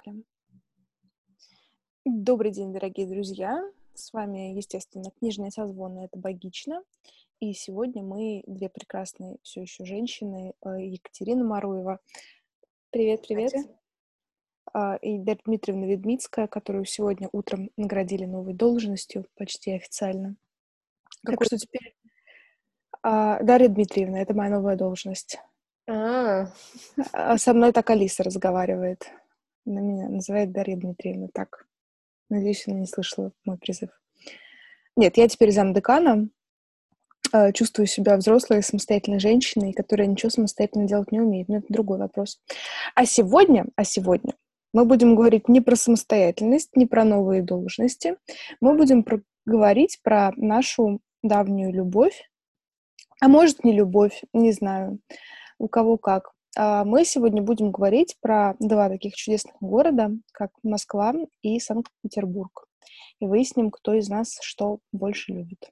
Прям. Добрый день, дорогие друзья! С вами, естественно, книжные созвоны «Это Богично». И сегодня мы, две прекрасные все еще женщины, Екатерина Маруева, Привет, привет. Катя, и Дарья Дмитриевна Ведмицкая, которую сегодня утром наградили новой должностью, почти официально. Так Какой? что теперь Дарья Дмитриевна — это моя новая должность. А, Со мной так Алиса разговаривает. Она меня называет Дарья Дмитриевна так. Надеюсь, она не слышала мой призыв. Нет, я теперь замдекана, чувствую себя взрослой, самостоятельной женщиной, которая ничего самостоятельно делать не умеет. Но это другой вопрос. А сегодня мы будем говорить не про самостоятельность, не про новые должности. Мы будем говорить про нашу давнюю любовь, а может, не любовь, не знаю, у кого как. Мы сегодня будем говорить про два таких чудесных города, как Москва и Санкт-Петербург. И выясним, кто из нас что больше любит.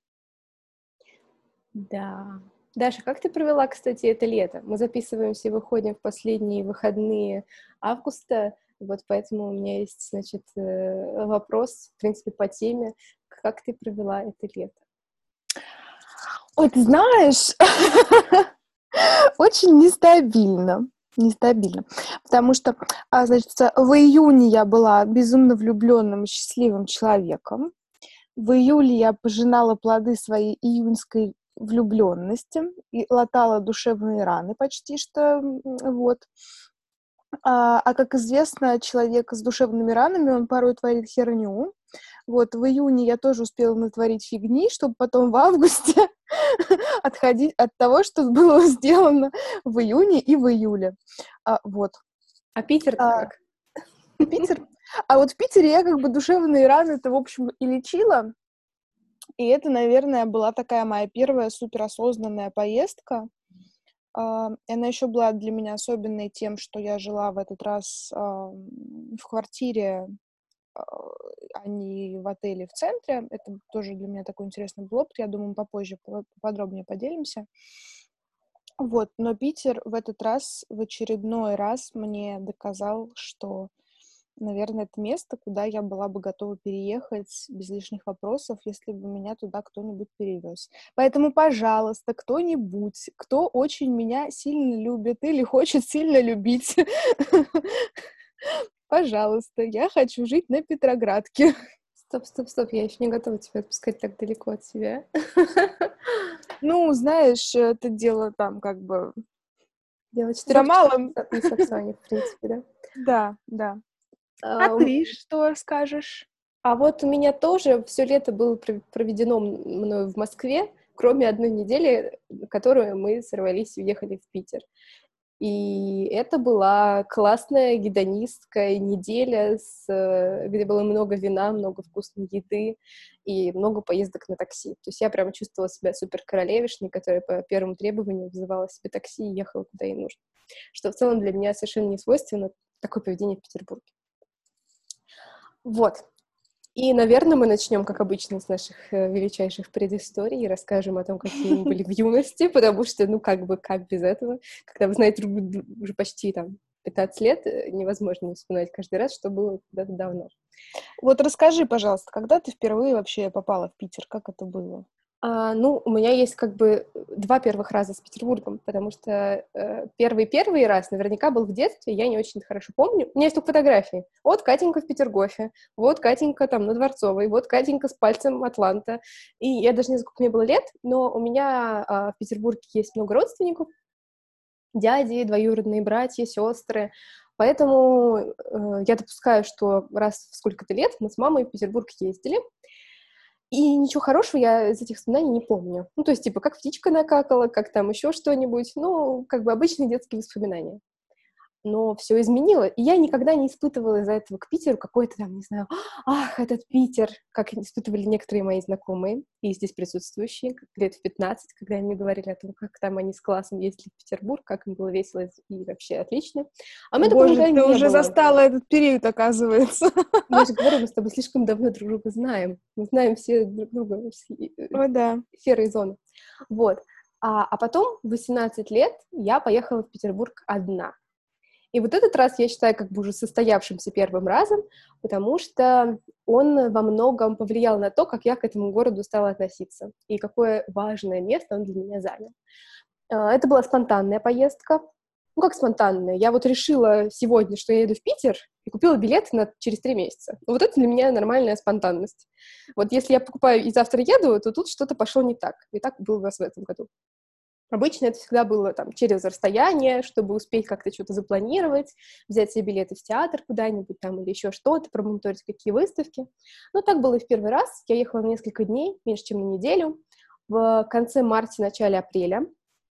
да. Даша, как ты провела, кстати, это лето? Мы записываемся и выходим в последние выходные августа, вот поэтому у меня есть, значит, вопрос, в принципе, по теме. Как ты провела это лето? Ой, ты знаешь, очень нестабильно. Нестабильно. Потому что, значит, в июне я была безумно влюбленным и счастливым человеком. В июле я пожинала плоды своей июньской влюбленности и латала душевные раны почти что, вот. А как известно, человек с душевными ранами, он порой творит херню. Вот, в июне я тоже успела натворить фигни, чтобы потом в августе отходить от того, что было сделано в июне и в июле. Вот. А Питер-то А, как? Питер. А вот в Питере я как бы душевные раны-то, в общем, и лечила. И это, наверное, была такая моя первая суперосознанная поездка. И она еще была для меня особенной тем, что я жила в этот раз в квартире, а, а не в отеле в центре. Это тоже для меня такой интересный был опыт. Я думаю, мы попозже подробнее поделимся. Вот, но Питер в этот раз, в очередной раз мне доказал, что, наверное, это место, куда я была бы готова переехать без лишних вопросов, если бы меня туда кто-нибудь перевез. Поэтому, пожалуйста, кто-нибудь, кто очень меня сильно любит или хочет сильно любить, пожалуйста, я хочу жить на Петроградке. Стоп, я еще не готова тебя отпускать так далеко от себя. Ну, знаешь, это дело там как бы Дело за 4 часов малым. на Сапсане, в принципе, да? Да, да. А А, ты что скажешь? А вот у меня тоже все лето было проведено мною в Москве, кроме одной недели, которую мы сорвались и уехали в Питер. И это была классная гедонистская неделя, где было много вина, много вкусной еды и много поездок на такси. То есть я прямо чувствовала себя супер королевишной, которая по первому требованию вызывала себе такси и ехала куда ей нужно. Что в целом для меня совершенно не свойственно, такое поведение в Петербурге. Вот. И, наверное, мы начнем, как обычно, с наших величайших предысторий и расскажем о том, какие мы были в юности, потому что, ну, как без этого? Когда вы знаете друг друга уже почти, 15 лет, невозможно не вспоминать каждый раз, что было когда-то давно. Вот расскажи, пожалуйста, когда ты впервые вообще попала в Питер? Как это было? Ну, у меня есть как бы два первых раза с Петербургом, потому что первый раз наверняка был в детстве, я не очень хорошо помню. У меня есть только фотографии. Вот Катенька в Петергофе, вот Катенька там на Дворцовой, вот Катенька с пальцем Атланта. И я даже не знаю, сколько мне было лет, но у меня в Петербурге есть много родственников, дяди, двоюродные братья, сестры. Поэтому я допускаю, что раз в сколько-то лет мы с мамой в Петербург ездили. И ничего хорошего я из этих воспоминаний не помню. Ну, то есть, типа, как птичка накакала, как там еще что-нибудь. Ну, как бы обычные детские воспоминания. Но все изменило, и я никогда не испытывала из-за этого к Питеру какой-то там, не знаю, ах, этот Питер, как испытывали некоторые мои знакомые и здесь присутствующие, лет в 15, когда они мне говорили о том, как там они с классом ездили в Петербург, как им было весело и вообще отлично. А у меня такого Боже, никогда ты не уже было. застала этот период, оказывается. Я же говорю, мы с тобой слишком давно друг друга знаем. Мы знаем все друг друга, все О, да. серые зоны. Вот. А потом, в 18 лет, я поехала в Петербург одна. И вот этот раз я считаю как бы уже состоявшимся первым разом, потому что он во многом повлиял на то, как я к этому городу стала относиться и какое важное место он для меня занял. Это была спонтанная поездка. Ну, как спонтанная? Я вот решила сегодня, что я еду в Питер, и купила билет через 3 месяца. Вот это для меня нормальная спонтанность. Вот если я покупаю и завтра еду, то тут что-то пошло не так. И так было у нас в этом году. Обычно это всегда было там через расстояние, чтобы успеть как-то что-то запланировать, взять себе билеты в театр куда-нибудь там или еще что-то, промониторить какие выставки. Но так было и в первый раз. Я ехала на несколько дней, меньше, чем на неделю, в конце марта, начале апреля.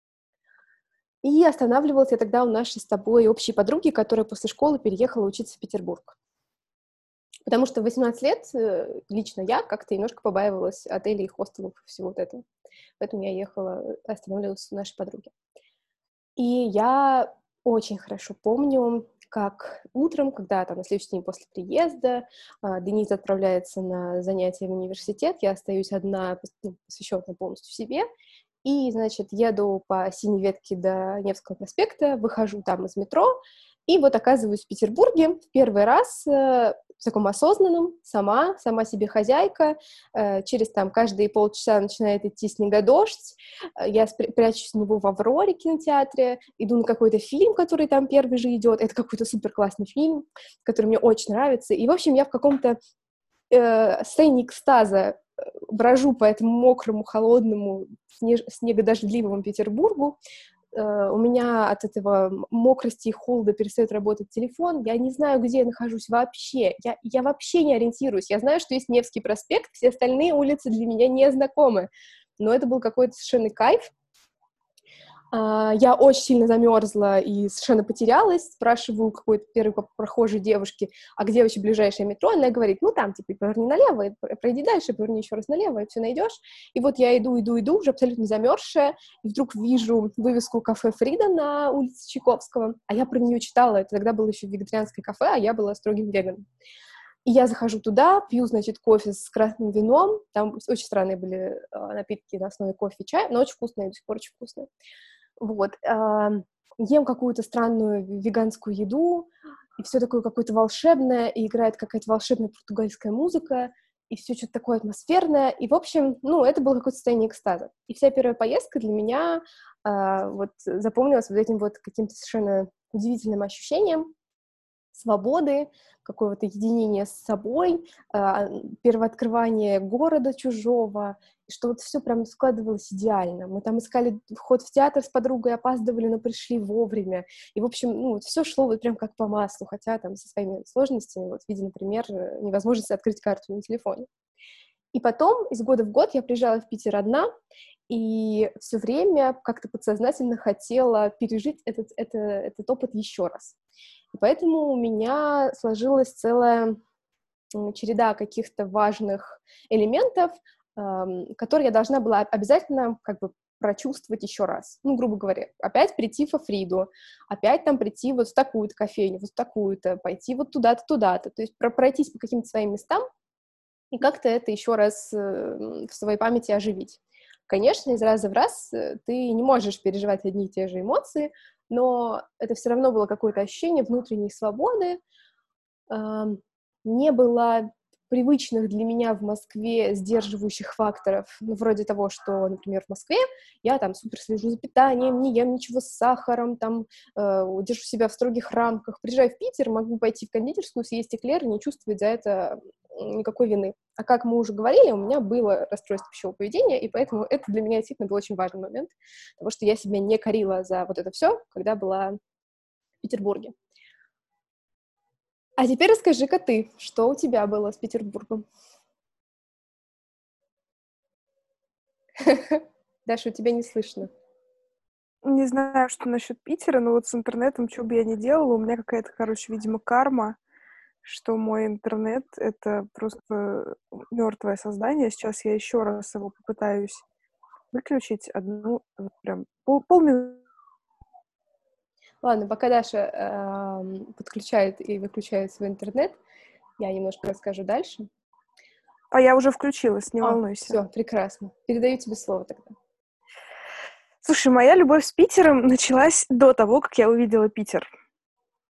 И останавливалась я тогда у нашей с тобой общей подруги, которая после школы переехала учиться в Петербург. Потому что в 18 лет лично я как-то немножко побаивалась отелей, хостелов и всего вот этого. Поэтому я ехала, останавливалась у нашей подруги. И я очень хорошо помню, как утром, когда там на следующий день после приезда Денис отправляется на занятия в университет, я остаюсь одна, посвященная полностью себе, и, значит, еду по синей ветке до Невского проспекта, выхожу там из метро, и вот оказываюсь в Петербурге в первый раз в таком осознанном, сама себе хозяйка, через там каждые полчаса начинает идти снегодождь, я прячусь в него в «Авроре» кинотеатре, иду на какой-то фильм, который там первый же идет, это какой-то супер классный фильм, который мне очень нравится, и, в общем, я в каком-то состоянии экстаза брожу по этому мокрому, холодному, снегодождливому Петербургу. У меня от этого мокрости и холода перестает работать телефон. Я не знаю, где я нахожусь вообще. Я вообще не ориентируюсь. Я знаю, что есть Невский проспект, все остальные улицы для меня не знакомы. Но это был какой-то совершенный кайф. Я очень сильно замерзла и совершенно потерялась. Спрашиваю какой-то первой прохожей девушки, а где вообще ближайшее метро? Она говорит, ну там, типа, поверни налево, пройди дальше, поверни еще раз налево, и все найдешь. И вот я иду, уже абсолютно замерзшая, и вдруг вижу вывеску кафе «Фрида» на улице Чайковского, а я про нее читала, это тогда было еще вегетарианское кафе, а я была строгим веганом. И я захожу туда, пью, значит, кофе с красным вином, там очень странные были напитки на основе кофе и чая, но очень вкусные, до сих пор очень вкусные. Вот, ем какую-то странную веганскую еду, и все такое какое-то волшебное, и играет какая-то волшебная португальская музыка, и все что-то такое атмосферное, и, в общем, ну, это было какое-то состояние экстаза. И вся первая поездка для меня вот запомнилась вот этим вот каким-то совершенно удивительным ощущением свободы, какого-то единения с собой, первооткрывание города чужого, и что вот все прям складывалось идеально. Мы там искали вход в театр с подругой, опаздывали, но пришли вовремя. И, в общем, ну, вот все шло вот прям как по маслу, хотя там со своими сложностями, вот в виде, например, невозможности открыть карту на телефоне. И потом, из года в год, я приезжала в Питер одна, и все время как-то подсознательно хотела пережить этот опыт еще раз. И поэтому у меня сложилась целая череда каких-то важных элементов, которые я должна была обязательно как бы прочувствовать еще раз. Ну, грубо говоря, опять прийти во Фриду, опять там прийти вот в такую-то кофейню, вот в такую-то, пойти вот туда-то, туда-то. То есть пройтись по каким-то своим местам и как-то это еще раз в своей памяти оживить. Конечно, из раза в раз ты не можешь переживать одни и те же эмоции, но это все равно было какое-то ощущение внутренней свободы. Не было привычных для меня в Москве сдерживающих факторов, ну, вроде того, что, например, в Москве я там супер слежу за питанием, не ем ничего с сахаром, там, держу себя в строгих рамках. Приезжаю в Питер, могу пойти в кондитерскую, съесть эклер и не чувствовать за это никакой вины. А как мы уже говорили, у меня было расстройство пищевого поведения, и поэтому это для меня действительно был очень важный момент, потому что я себя не корила за вот это все, когда была в Петербурге. А теперь расскажи-ка ты, что у тебя было с Петербургом? Даша, у тебя не слышно. Не знаю, что насчет Питера, но вот с интернетом, что бы я ни делала, у меня какая-то, короче, видимо, карма, что мой интернет — это просто мертвое создание. Сейчас я еще раз его попытаюсь выключить одну, вот прям полминуты. Ладно, пока Даша подключает и выключает свой интернет, я немножко расскажу дальше. А я уже включилась, не волнуйся. Все, прекрасно. Передаю тебе слово тогда. Слушай, моя любовь с Питером началась до того, как я увидела Питер.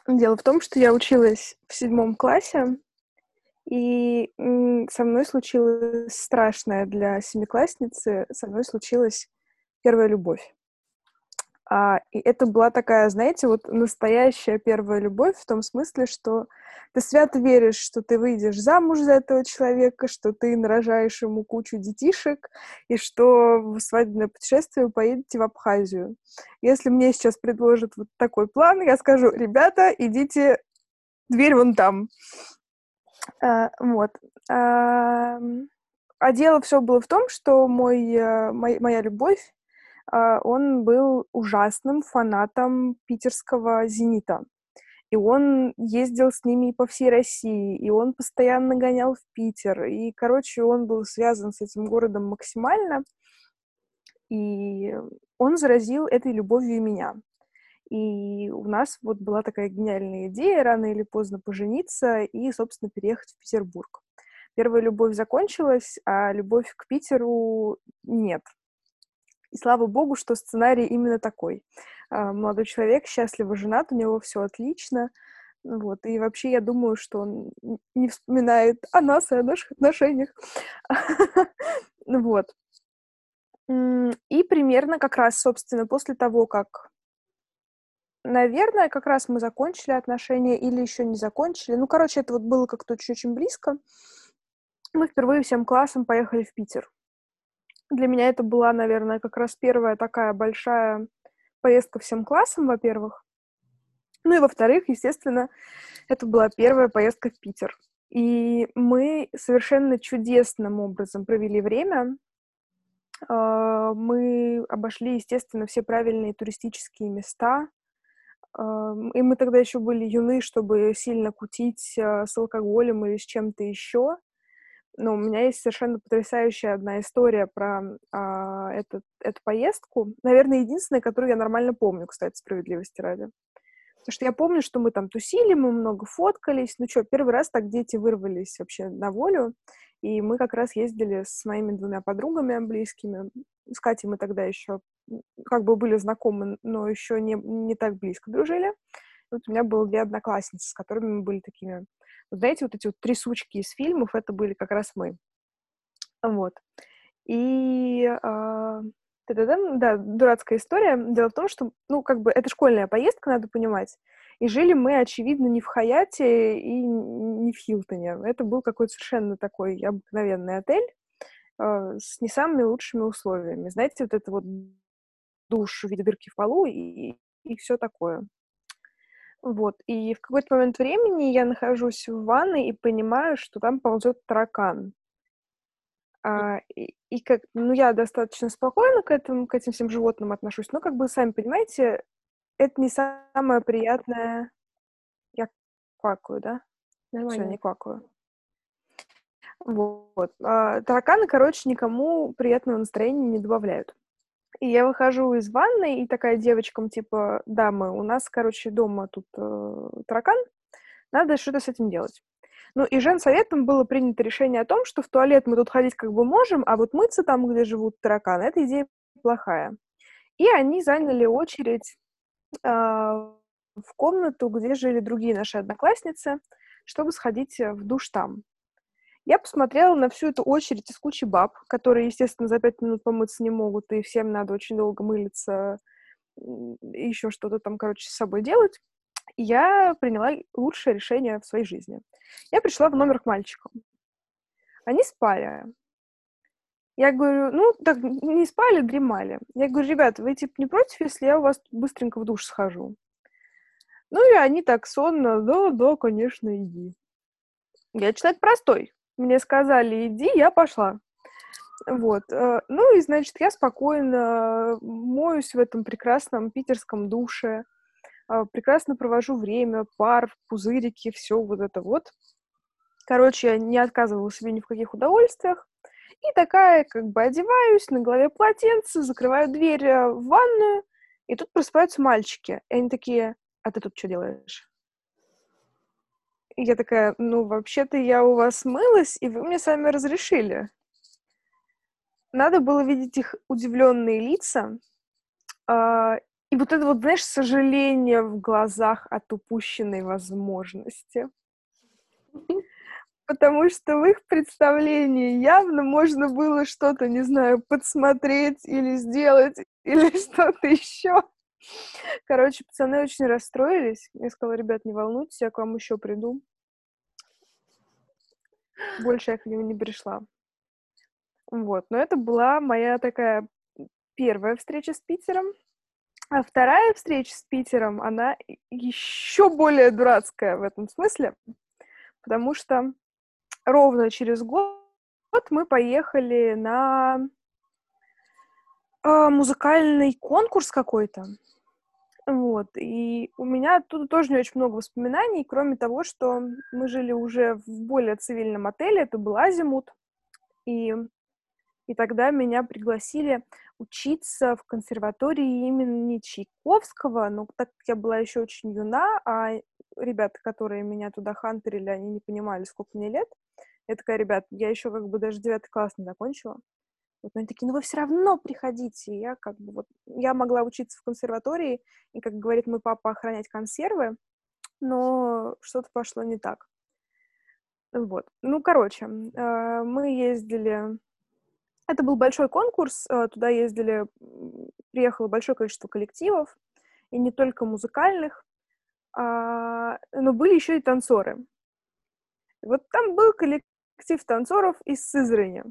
Дело в том, что я училась в 7 классе, и со мной случилось страшное для семиклассницы, со мной случилась первая любовь. И это была такая, знаете, вот настоящая первая любовь в том смысле, что ты свято веришь, что ты выйдешь замуж за этого человека, что ты нарожаешь ему кучу детишек, и что в свадебное путешествие вы поедете в Абхазию. Если мне сейчас предложат вот такой план, я скажу: ребята, идите, дверь вон там. Вот. А дело все было в том, что моя любовь, он был ужасным фанатом питерского «Зенита». И он ездил с ними по всей России, и он постоянно гонял в Питер. И, короче, он был связан с этим городом максимально, и он заразил этой любовью и меня. И у нас вот была такая гениальная идея рано или поздно пожениться и, собственно, переехать в Петербург. Первая любовь закончилась, а любовь к Питеру нет. И слава богу, что сценарий именно такой. Молодой человек счастливо женат, у него все отлично. Вот. И вообще я думаю, что он не вспоминает о нас и о наших отношениях. Вот. И примерно как раз, собственно, после того, как, наверное, как раз мы закончили отношения или еще не закончили. Ну, короче, это вот было как-то очень близко. Мы впервые всем классом поехали в Питер. Для меня это была, наверное, как раз первая такая большая поездка всем классом, во-первых. Ну и во-вторых, естественно, это была первая поездка в Питер. И мы совершенно чудесным образом провели время. Мы обошли, естественно, все правильные туристические места. И мы тогда еще были юны, чтобы сильно кутить с алкоголем или с чем-то еще. Но у меня есть совершенно потрясающая одна история про эту поездку. Наверное, единственная, которую я нормально помню, кстати, справедливости ради. Потому что я помню, что мы там тусили, мы много фоткались. Ну что, первый раз так дети вырвались вообще на волю. И мы как раз ездили с моими 2 подругами близкими. С Катей мы тогда еще как бы были знакомы, но еще не так близко дружили. Вот у меня было 2 одноклассницы, с которыми мы были такими... Вот знаете, вот эти вот трясучки из фильмов, это были как раз мы. Вот. И да, дурацкая история. Дело в том, что, ну, как бы, это школьная поездка, надо понимать. И жили мы, очевидно, не в Хаяте и не в Хилтоне. Это был какой-то совершенно такой обыкновенный отель с не самыми лучшими условиями. Знаете, вот это вот душ в виде дырки в полу и все такое. Вот. И в какой-то момент времени я нахожусь в ванной и понимаю, что там ползет таракан. И как, ну, я достаточно спокойно к этим всем животным отношусь, но, как бы, сами понимаете, это не самое приятное... Я квакаю, да? Всё, не Нормально. квакаю. Вот. Тараканы, короче, никому приятного настроения не добавляют. И я выхожу из ванной и такая девочкам, типа: «Дамы, у нас, короче, дома тут таракан, надо что-то с этим делать». Ну, и женсоветом было принято решение о том, что в туалет мы тут ходить как бы можем, а вот мыться там, где живут тараканы, эта идея плохая. И они заняли очередь в комнату, где жили другие наши одноклассницы, чтобы сходить в душ там. Я посмотрела на всю эту очередь из кучи баб, которые, естественно, за 5 минут помыться не могут, и всем надо очень долго мылиться, и еще что-то там, короче, с собой делать. И я приняла лучшее решение в своей жизни. Я пришла в номер к мальчикам. Они спали. Я говорю, ну, так, не спали, дремали. Я говорю: ребята, вы, типа, не против, если я у вас быстренько в душ схожу? Ну, и они так сонно: да, конечно, иди. Я человек простой. Мне сказали: иди, я пошла. Вот. Ну, и, значит, я спокойно моюсь в этом прекрасном питерском душе, прекрасно провожу время, пар, пузырики, все вот это вот. Короче, я не отказывала себе ни в каких удовольствиях. И такая, как бы, одеваюсь, на голове полотенце, закрываю дверь в ванную, и тут просыпаются мальчики. И они такие: а ты тут что делаешь? И я такая: ну, вообще-то я у вас мылась, и вы мне сами разрешили. Надо было видеть их удивленные лица. И вот это вот, знаешь, сожаление в глазах от упущенной возможности. Потому что в их представлении явно можно было что-то, не знаю, подсмотреть или сделать, или что-то еще. Короче, пацаны очень расстроились. Я сказала: ребят, не волнуйтесь, я к вам еще приду. Больше я к ним не пришла. Вот, но это была моя такая первая встреча с Питером. А вторая встреча с Питером, она еще более дурацкая в этом смысле, потому что ровно через год мы поехали на музыкальный конкурс какой-то. Вот, и у меня оттуда тоже не очень много воспоминаний, кроме того, что мы жили уже в более цивильном отеле, это был Азимут, и тогда меня пригласили учиться в консерватории имени Чайковского, но так как я была еще очень юна, а ребята, которые меня туда хантерили, они не понимали, сколько мне лет. Я такая: ребят, я еще как бы даже 9 класс не закончила. Вот, но они такие: ну вы все равно приходите. И я как бы вот, я могла учиться в консерватории и, как говорит мой папа, охранять консервы, но что-то пошло не так. Вот. Ну, короче, мы ездили... Это был большой конкурс, туда ездили, приехало большое количество коллективов, и не только музыкальных, но были еще и танцоры. И вот там был коллектив танцоров из Сызрани.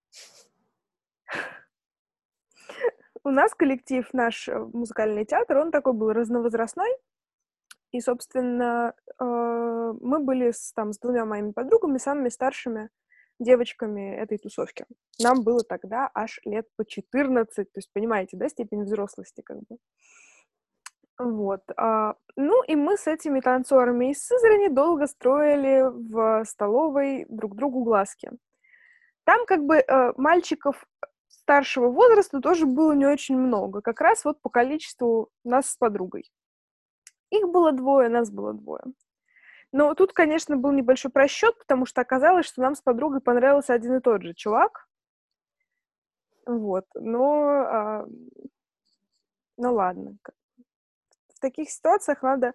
У нас коллектив, наш музыкальный театр, он такой был разновозрастной, и, собственно, мы были с 2 моими подругами, самыми старшими девочками этой тусовки. Нам было тогда аж лет по 14, то есть, понимаете, да, степень взрослости как бы. Вот. Ну, и мы с этими танцорами из Сызрани долго строили в столовой друг другу глазки. Там как бы мальчиков старшего возраста тоже было не очень много, как раз вот по количеству нас с подругой. Их было 2, нас было 2. Но тут, конечно, был небольшой просчет, потому что оказалось, что нам с подругой понравился один и тот же чувак. Вот. Но, ну ладно. В таких ситуациях надо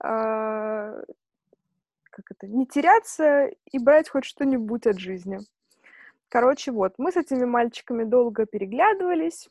не теряться и брать хоть что-нибудь от жизни. Короче, вот, мы с этими мальчиками долго переглядывались,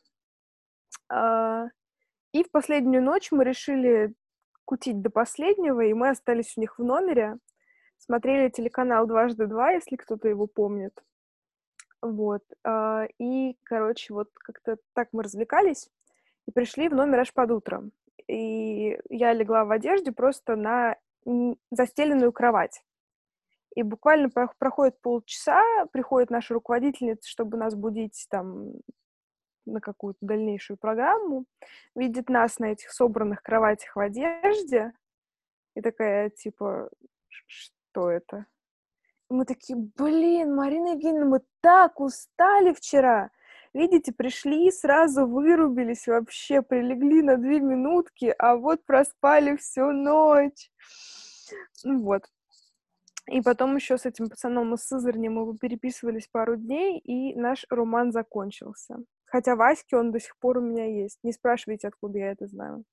и в последнюю ночь мы решили кутить до последнего, и мы остались у них в номере, смотрели телеканал «Дважды два», если кто-то его помнит. Вот, и, короче, вот как-то так мы развлекались, и пришли в номер аж под утро. И я легла в одежде просто на застеленную кровать. И буквально проходит полчаса, приходит наша руководительница, чтобы нас будить там на какую-то дальнейшую программу, видит нас на этих собранных кроватях в одежде, и такая, типа, что это? И мы такие: блин, Марина Евгеньевна, мы так устали вчера. Видите, пришли, сразу вырубились вообще, прилегли на 2 минутки, а вот проспали всю ночь. Вот. И потом еще с этим пацаном из Сызрани мы переписывались пару дней, и наш роман закончился. Хотя Ваське он до сих пор у меня есть. Не спрашивайте, откуда я это знаю.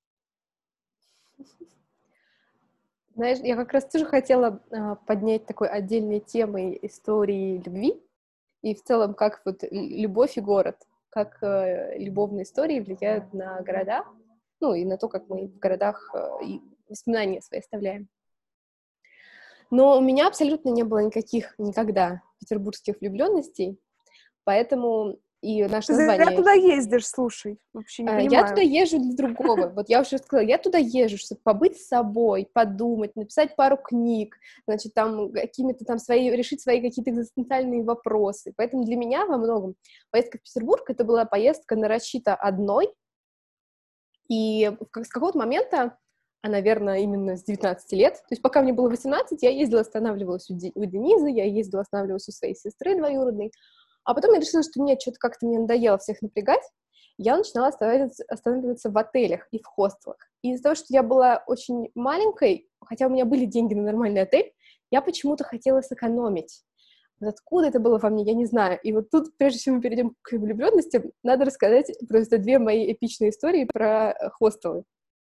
Знаешь, я как раз тоже хотела поднять такой отдельной темой истории любви, и в целом, как вот любовь и город, как любовные истории влияют на города, ну, и на то, как мы в городах и воспоминания свои оставляем. Но у меня абсолютно не было никогда петербургских влюбленностей, поэтому и наше название... Ты туда ездишь, слушай, вообще не понимаю. Я туда езжу для другого. Вот я уже сказала, я туда езжу, чтобы побыть с собой, подумать, написать пару книг, значит, там какими-то там решить свои какие-то экзистенциальные вопросы. Поэтому для меня во многом поездка в Петербург — это была поездка нарочито одной, и с какого-то момента, наверное, именно с 19 лет, то есть пока мне было 18, я ездила, останавливалась у Денизы, я ездила, останавливалась у своей сестры двоюродной, а потом я решила, что нет, что-то как-то мне надоело всех напрягать, я начинала останавливаться в отелях и в хостелах. И из-за того, что я была очень маленькой, хотя у меня были деньги на нормальный отель, я почему-то хотела сэкономить. Вот откуда это было во мне, я не знаю. И вот тут, прежде чем мы перейдем к влюбленности, надо рассказать просто две мои эпичные истории про хостелы.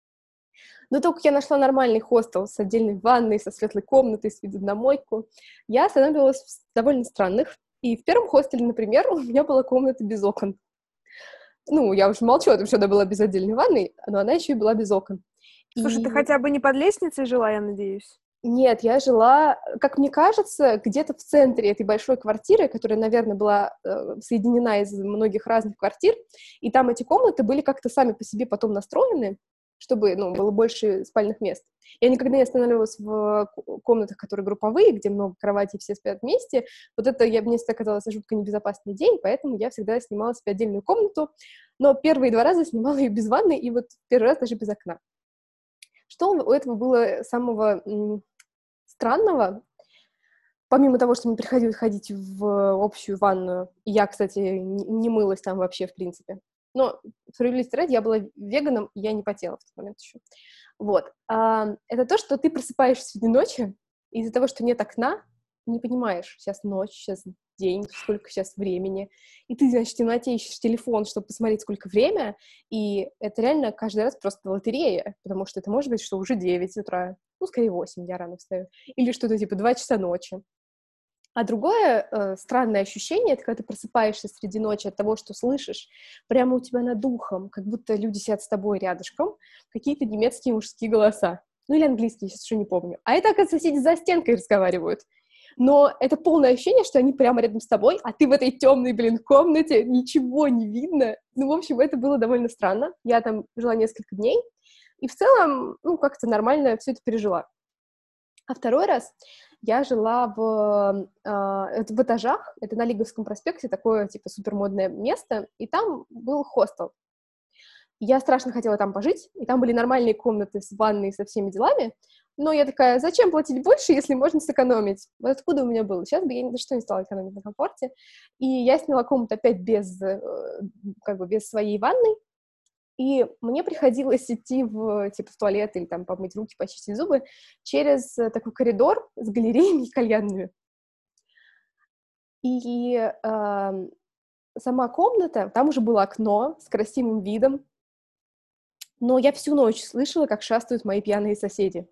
Но только я нашла нормальный хостел с отдельной ванной, со светлой комнатой, с видом на мойку, я останавливалась в довольно странных. И в первом хостеле, например, у меня была комната без окон. Ну, я уже молчу о том, что она была без отдельной ванной, но она еще и была без окон. Слушай, И ты хотя бы не под лестницей жила, я надеюсь? нет, я жила, как мне кажется, где-то в центре этой большой квартиры, которая, наверное, была соединена из многих разных квартир, и там эти комнаты были как-то сами по себе потом настроены, чтобы, ну, было больше спальных мест. Я никогда не останавливалась в комнатах, которые групповые, где много кроватей, все спят вместе. Вот это мне всегда казалось жутко небезопасной идеей, поэтому я всегда снимала себе отдельную комнату, но первые 2 раза снимала ее без ванны, и вот первый раз даже без окна. Что у этого было самого странного? Помимо того, что мне приходилось ходить в общую ванную, и я, кстати, не мылась там вообще, в принципе. Но, справедливости ради, я была веганом, и я не потела в тот момент еще. Вот. Это то, что ты просыпаешься среди ночи, и из-за того, что нет окна, не понимаешь, сейчас ночь, сейчас день, сколько сейчас времени. И ты, значит, в темноте ищешь телефон, чтобы посмотреть, сколько время, и это реально каждый раз просто лотерея, потому что это может быть, что уже 9 утра, ну, скорее 8, я рано встаю, или что-то типа 2 часа ночи. А другое странное ощущение — это когда ты просыпаешься среди ночи от того, что слышишь прямо у тебя над ухом, как будто люди сидят с тобой рядышком, какие-то немецкие мужские голоса. Ну или английские, я сейчас уже не помню. А это, оказывается, соседи за стенкой разговаривают. Но это полное ощущение, что они прямо рядом с тобой, а ты в этой темной, комнате, ничего не видно. Ну, в общем, это было довольно странно. Я там жила несколько дней, и в целом, ну, как-то нормально все это пережила. А второй раз я жила в этажах, это на Лиговском проспекте, такое, типа, супермодное место, и там был хостел. Я страшно хотела там пожить, и там были нормальные комнаты с ванной, со всеми делами, но я такая, зачем платить больше, если можно сэкономить? Вот откуда у меня было? Сейчас бы я ни за что не стала экономить на комфорте, и я сняла комнату опять без своей ванной, и мне приходилось идти в туалет или там помыть руки, почистить зубы через такой коридор с галереями и кальянными. И сама комната, там уже было окно с красивым видом, но я всю ночь слышала, как шастают мои пьяные соседи.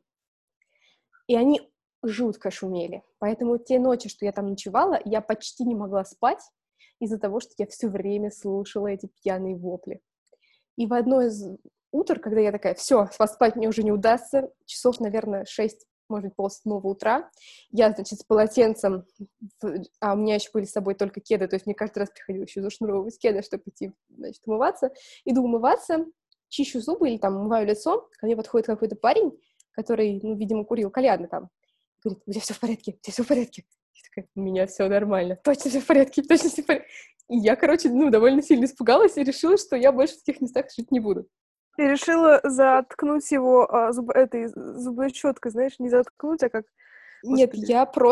И они жутко шумели. Поэтому те ночи, что я там ночевала, я почти не могла спать из-за того, что я все время слушала эти пьяные вопли. И в одно из утр, когда я такая, все, спать мне уже не удастся, часов, наверное, 6, может быть, 6:30 утра, я, значит, с полотенцем, а у меня еще были с собой только кеды, то есть мне каждый раз приходилось еще зашнуровывать кеды, чтобы идти, значит, умываться. Иду умываться, чищу зубы или там умываю лицо, ко мне подходит какой-то парень, который, ну, видимо, курил кальяны там, говорит, у тебя все в порядке, у тебя все в порядке. Я такая, у меня все нормально, точно все в порядке, точно все в порядке. И я, короче, довольно сильно испугалась и решила, что я больше в таких местах жить не буду. Ты решила заткнуть его этой зубной щеткой, знаешь, не заткнуть, а как... Нет, Господи,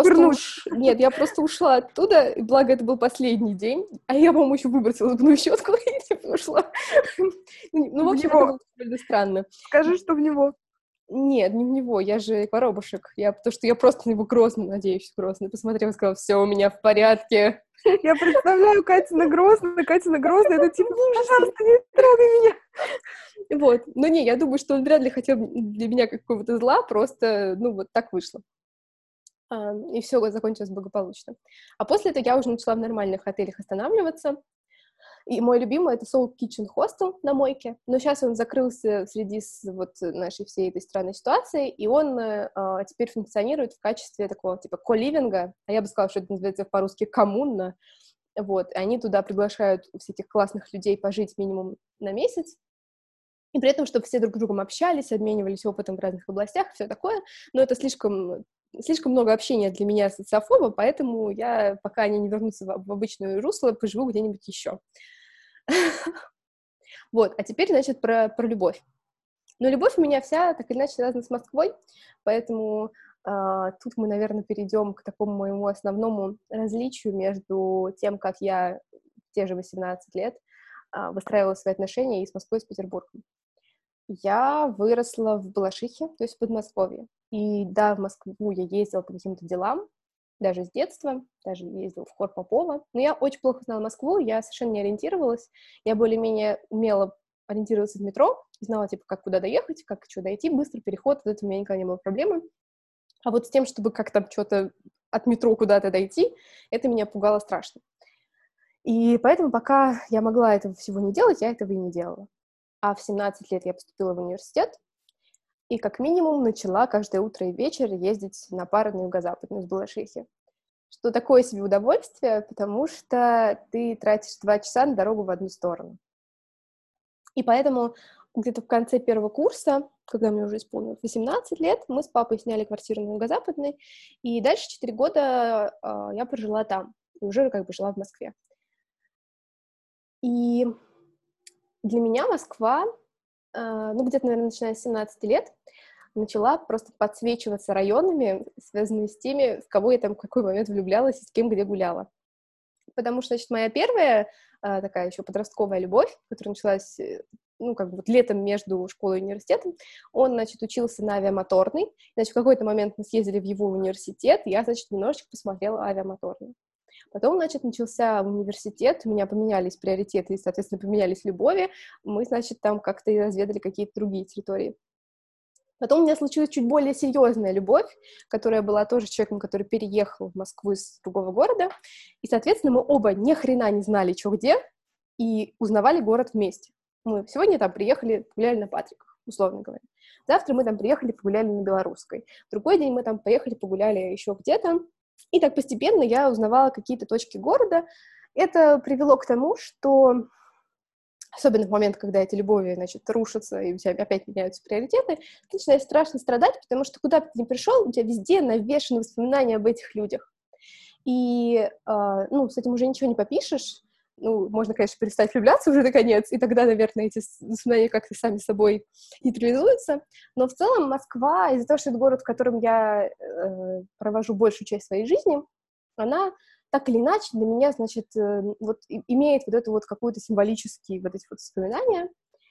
я просто ушла оттуда, и благо это был последний день, а я, по-моему, еще выбросила зубную щетку и типа ушла. Ну, в общем, это было довольно странно. Скажи, что в него. Нет, не в него, я же воробушек. Потому что я просто на него грозно, надеюсь, грозно посмотрела, сказала, все у меня в порядке. Я представляю Катина Грозно, это типа, пожалуйста, не трогай меня. Вот, но не, я думаю, что он вряд ли хотел для меня какого-то зла, просто, вот так вышло. И все закончилось благополучно. А после этого я уже начала в нормальных отелях останавливаться. И мой любимый — это Soul Kitchen Hostel на Мойке, но сейчас он закрылся среди нашей всей этой странной ситуации, и он теперь функционирует в качестве такого типа ко-ливинга, а я бы сказала, что это называется по-русски коммуна, вот, и они туда приглашают всяких классных людей пожить минимум на месяц, и при этом, чтобы все друг с другом общались, обменивались опытом в разных областях, все такое, но это слишком много общения для меня социофоба, поэтому я, пока они не вернутся в обычное русло, поживу где-нибудь еще. Вот, а теперь, значит, про любовь. Но любовь у меня вся так или иначе связана с Москвой, поэтому тут мы, наверное, перейдем к такому моему основному различию между тем, как я в те же 18 лет выстраивала свои отношения и с Москвой, и с Петербургом. Я выросла в Балашихе, то есть в Подмосковье. И да, в Москву я ездила по каким-то делам, даже с детства, даже ездила в хор Попова. Но я очень плохо знала Москву, я совершенно не ориентировалась. Я более-менее умела ориентироваться в метро, знала, типа, как куда доехать, как что дойти, быстро переход, вот это у меня никогда не было проблемы. А вот с тем, чтобы как-то что-то от метро куда-то дойти, это меня пугало страшно. И поэтому, пока я могла этого всего не делать, я этого и не делала. А в 17 лет я поступила в университет, и как минимум начала каждое утро и вечер ездить на пары на юго-западную с Балашихи. Что такое себе удовольствие, потому что ты тратишь 2 часа на дорогу в одну сторону. И поэтому где-то в конце первого курса, когда мне уже исполнилось 18 лет, мы с папой сняли квартиру на Юго-Западной, и дальше 4 года я прожила там, и уже как бы жила в Москве. И для меня Москва, где-то, наверное, начиная с 17 лет, начала просто подсвечиваться районами, связанными с теми, в кого я там в какой момент влюблялась и с кем где гуляла. Потому что, значит, моя первая такая еще подростковая любовь, которая началась, летом между школой и университетом, он, значит, учился на авиамоторной. Значит, в какой-то момент мы съездили в его университет, я, значит, немножечко посмотрела авиамоторную. Потом, значит, начался университет, у меня поменялись приоритеты и, соответственно, поменялись любови. Мы, значит, там как-то и разведали какие-то другие территории. Потом у меня случилась чуть более серьезная любовь, которая была тоже человеком, который переехал в Москву из другого города. И, соответственно, мы оба ни хрена не знали, что где, и узнавали город вместе. Мы сегодня там приехали, погуляли на Патриках, условно говоря. Завтра мы там приехали, погуляли на Белорусской. В другой день мы там поехали, погуляли еще где-то. И так постепенно я узнавала какие-то точки города. Это привело к тому, что особенно в момент, когда эти любови, значит, рушатся, и у тебя опять меняются приоритеты, ты начинаешь страшно страдать, потому что куда бы ты ни пришел, у тебя везде навешаны воспоминания об этих людях. И, с этим уже ничего не попишешь. Можно, конечно, перестать влюбляться уже наконец, и тогда, наверное, эти воспоминания как-то сами собой нейтрализуются. Но в целом Москва, из-за того, что это город, в котором я провожу большую часть своей жизни, она так или иначе для меня, значит, имеет вот эту вот какую-то символические вот эти вот воспоминания.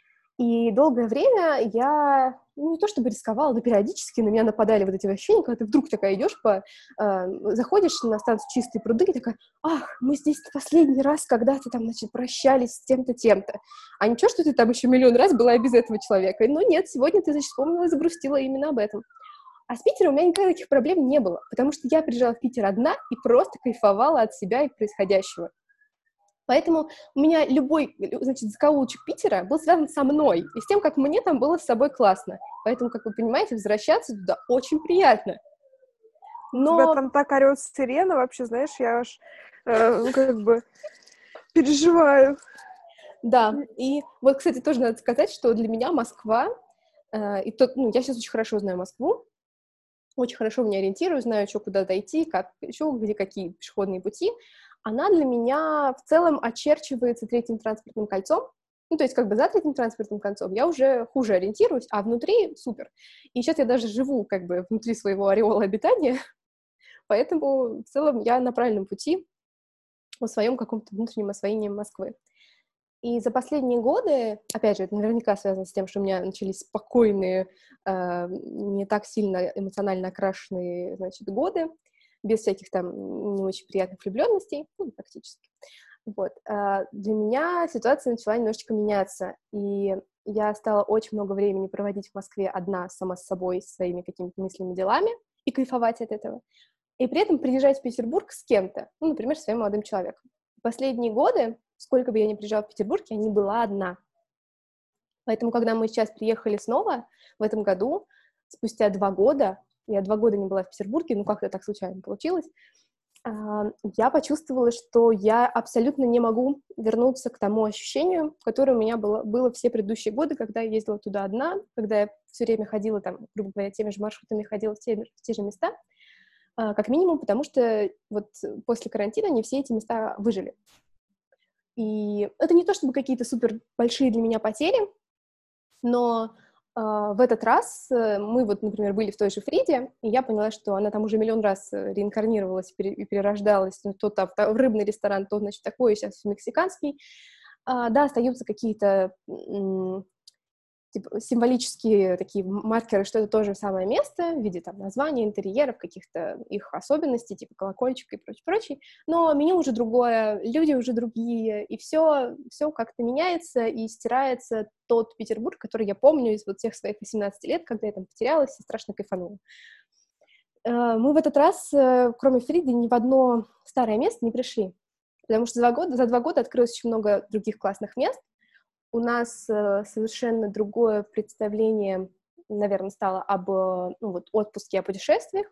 И долгое время я, не то чтобы рисковала, но периодически на меня нападали вот эти ощущения, когда ты вдруг такая идешь заходишь на станцию Чистые пруды и такая: ах, мы здесь в последний раз когда-то там, значит, прощались с тем-то, тем-то. А ничего, что ты там еще миллион раз была и без этого человека. Но нет, сегодня ты, значит, вспомнила и загрустила именно об этом. А с Питером у меня никогда таких проблем не было, потому что я приезжала в Питер одна и просто кайфовала от себя и происходящего. Поэтому у меня любой, значит, закоулочек Питера был связан со мной и с тем, как мне там было с собой классно. Поэтому, как вы понимаете, возвращаться туда очень приятно. Но... Тебя там так орёт сирена, вообще, знаешь, я аж переживаю. Да, и вот, кстати, тоже надо сказать, что для меня Москва, я сейчас очень хорошо знаю Москву, очень хорошо в ней ориентируюсь, знаю, что куда дойти, как еще, где какие пешеходные пути. Она для меня в целом очерчивается третьим транспортным кольцом. То есть как бы за третьим транспортным кольцом я уже хуже ориентируюсь, а внутри супер. И сейчас я даже живу как бы внутри своего ореола обитания, поэтому в целом я на правильном пути в своем каком-то внутреннем освоении Москвы. И за последние годы, опять же, это наверняка связано с тем, что у меня начались спокойные, не так сильно эмоционально окрашенные, значит, годы, без всяких там не очень приятных влюбленностей, практически. Вот. Для меня ситуация начала немножечко меняться, и я стала очень много времени проводить в Москве одна, сама с собой, со своими какими-то мыслями, делами, и кайфовать от этого. И при этом приезжать в Петербург с кем-то, например, своим молодым человеком. Последние годы, сколько бы я ни приезжала в Петербург, я не была одна. Поэтому, когда мы сейчас приехали снова в этом году, спустя 2 года, я 2 года не была в Петербурге, как-то так случайно получилось, я почувствовала, что я абсолютно не могу вернуться к тому ощущению, которое у меня было все предыдущие годы, когда я ездила туда одна, когда я все время ходила там, грубо говоря, теми же маршрутами, ходила в те же места, как минимум, потому что вот после карантина не все эти места выжили. И это не то чтобы какие-то супер большие для меня потери, но в этот раз мы вот, например, были в той же Фриде, и я поняла, что она там уже миллион раз реинкарнировалась и перерождалась, то там в рыбный ресторан, то, значит, такой, сейчас в мексиканский. Да, остаются какие-то типа, символические такие маркеры, что это то же самое место в виде там названий, интерьеров, каких-то их особенностей, типа колокольчика и прочее, но меню уже другое, люди уже другие, и все как-то меняется и стирается тот Петербург, который я помню из вот всех своих 18 лет, когда я там потерялась и страшно кайфанула. Мы в этот раз, кроме Фриды, ни в одно старое место не пришли, потому что за 2 года открылось очень много других классных мест. У нас совершенно другое представление, наверное, стало об отпуске, о путешествиях.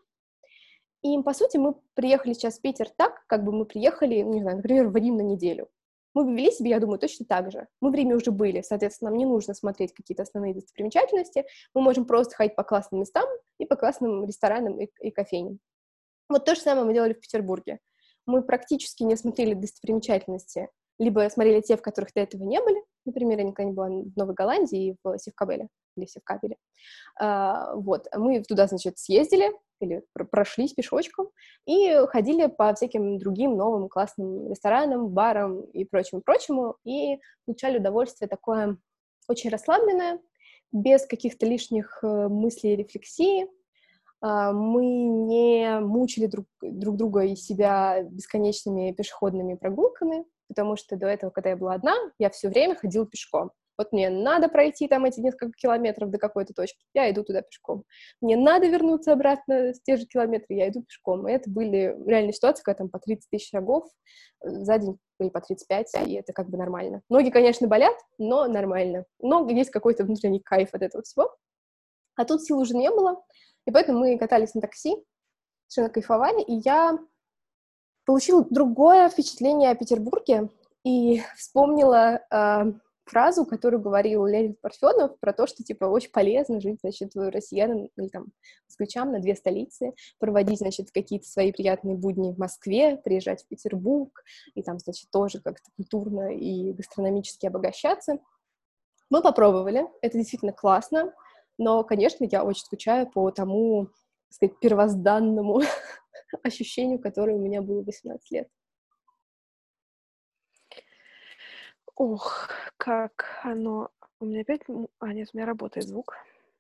И, по сути, мы приехали сейчас в Питер так, как бы мы приехали, не знаю, например, в Рим на неделю. Мы бы вели себя, я думаю, точно так же. Мы в Риме уже были, соответственно, нам не нужно смотреть какие-то основные достопримечательности, мы можем просто ходить по классным местам и по классным ресторанам и кофейням. Вот то же самое мы делали в Петербурге. Мы практически не смотрели достопримечательности, либо смотрели те, в которых до этого не были. Например, я никогда не была в Новой Голландии и в Севкабеле, или Севкабеле. Вот, мы туда, значит, съездили, или прошлись пешочком, и ходили по всяким другим новым классным ресторанам, барам и прочему, и получали удовольствие такое очень расслабленное, без каких-то лишних мыслей и рефлексии. Мы не мучили друг друга и себя бесконечными пешеходными прогулками, потому что до этого, когда я была одна, я все время ходила пешком. Вот мне надо пройти там эти несколько километров до какой-то точки, я иду туда пешком. Мне надо вернуться обратно с те же километры, я иду пешком. И это были реальные ситуации, когда там по 30 тысяч шагов за день или по 35, и это как бы нормально. Ноги, конечно, болят, но нормально. Но есть какой-то внутренний кайф от этого всего. А тут сил уже не было, и поэтому мы катались на такси, совершенно кайфовали, и я получила другое впечатление о Петербурге и вспомнила фразу, которую говорил Леонид Парфенов про то, что, типа, очень полезно жить, значит, россиянам или там москвичам на 2 столицы, проводить, значит, какие-то свои приятные будни в Москве, приезжать в Петербург и там, значит, тоже как-то культурно и гастрономически обогащаться. Мы попробовали, это действительно классно, но, конечно, я очень скучаю по тому, так сказать, первозданному ощущению, которое у меня было в 18 лет. Ох, как оно... У меня опять... нет, у меня работает звук.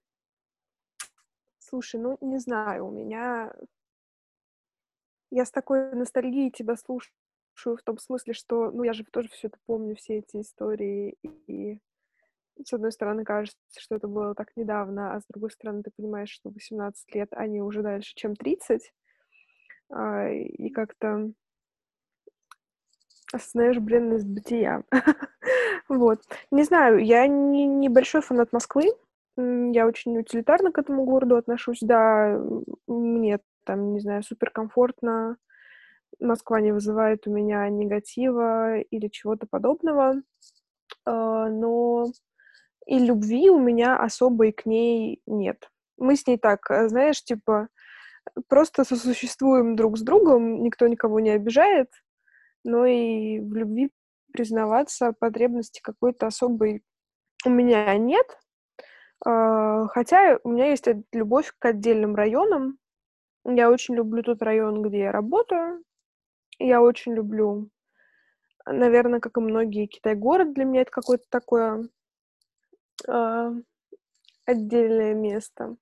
Слушай, ну, не знаю, у меня... Я с такой ностальгией тебя слушаю в том смысле, что, ну, я же тоже все это помню, все эти истории, и с одной стороны, кажется, что это было так недавно, а с другой стороны, ты понимаешь, что 18 лет, они уже дальше, чем 30, и как-то осознаешь бренность бытия. Вот. Не знаю, я не большой фанат Москвы. Я очень утилитарно к этому городу отношусь. Да, мне там, не знаю, суперкомфортно. Москва не вызывает у меня негатива или чего-то подобного. Но и любви у меня особой к ней нет. Мы с ней так, знаешь, типа, просто сосуществуем друг с другом, никто никого не обижает, но и в любви признаваться потребности какой-то особой у меня нет. Хотя у меня есть любовь к отдельным районам. Я очень люблю тот район, где я работаю. Я очень люблю, наверное, как и многие, Китай-город для меня это какое-то такое а, отдельное место.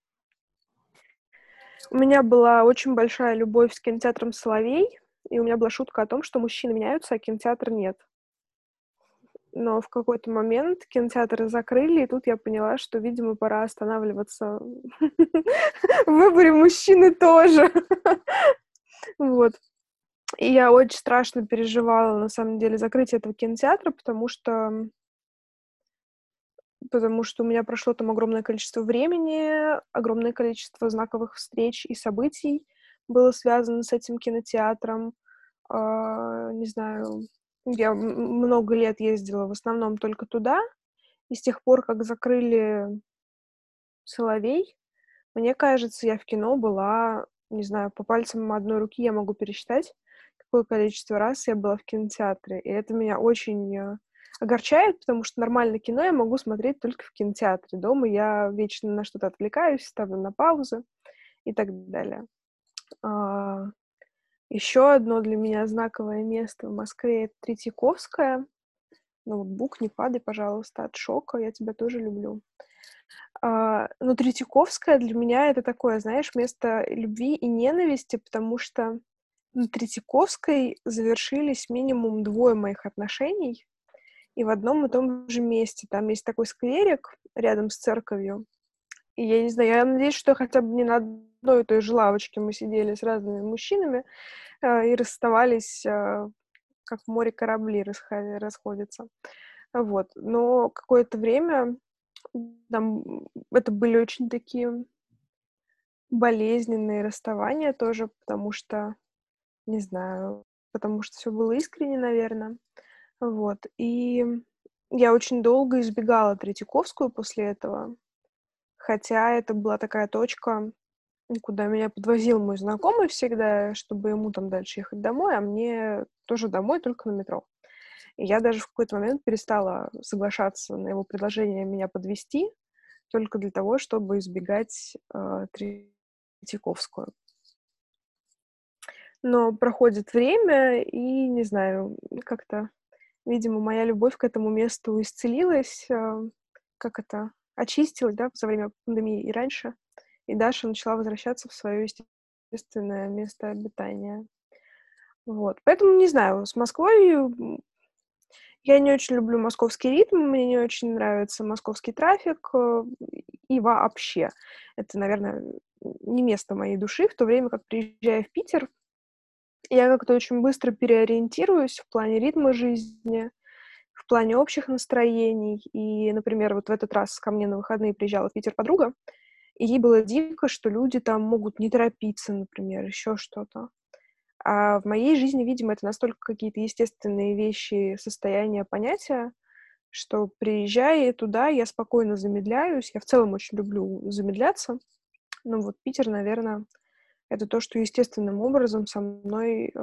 У меня была очень большая любовь с кинотеатром «Соловей», и у меня была шутка о том, что мужчины меняются, а кинотеатра нет. Но в какой-то момент кинотеатры закрыли, и тут я поняла, что, видимо, пора останавливаться в выборе мужчины тоже. Вот. И я очень страшно переживала, на самом деле, закрытие этого кинотеатра, потому что у меня прошло там огромное количество времени, огромное количество знаковых встреч и событий было связано с этим кинотеатром. Не знаю, я много лет ездила в основном только туда, и с тех пор, как закрыли «Соловей», мне кажется, я в кино была, не знаю, по пальцам одной руки я могу пересчитать, какое количество раз я была в кинотеатре. И это меня очень огорчает, потому что нормально кино я могу смотреть только в кинотеатре. Дома я вечно на что-то отвлекаюсь, ставлю на паузу и так далее. Еще одно для меня знаковое место в Москве — это Третьяковская. ноутбук, не падай, пожалуйста, от шока, я тебя тоже люблю. Но Третьяковская для меня это такое, знаешь, место любви и ненависти, потому что на Третьяковской завершились минимум 2 моих отношений, и в одном и том же месте. Там есть такой скверик рядом с церковью, и я не знаю, я надеюсь, что хотя бы не на одной и той же лавочке мы сидели с разными мужчинами, и расставались, как в море корабли расходятся. Вот. Но какое-то время там это были очень такие болезненные расставания тоже, потому что, не знаю, потому что все было искренне, наверное. Вот. И я очень долго избегала Третьяковскую после этого, хотя это была такая точка, куда меня подвозил мой знакомый всегда, чтобы ему там дальше ехать домой, а мне тоже домой, только на метро. И я даже в какой-то момент перестала соглашаться на его предложение меня подвезти только для того, чтобы избегать, Третьяковскую. Но проходит время, и, не знаю, как-то, видимо, моя любовь к этому месту исцелилась, как это, очистилась, да, за время пандемии и раньше, и Даша начала возвращаться в свое естественное место обитания. Вот. Поэтому, не знаю, с Москвой, я не очень люблю московский ритм, мне не очень нравится московский трафик, и вообще. Это, наверное, не место моей души, в то время как, приезжая в Питер, я как-то очень быстро переориентируюсь в плане ритма жизни, в плане общих настроений. И, например, вот в этот раз ко мне на выходные приезжала в Питер подруга, и ей было дико, что люди там могут не торопиться, например, еще что-то. А в моей жизни, видимо, это настолько какие-то естественные вещи, состояния, понятия, что, приезжая туда, я спокойно замедляюсь. Я в целом очень люблю замедляться, но вот Питер, наверное, это то, что естественным образом со мной,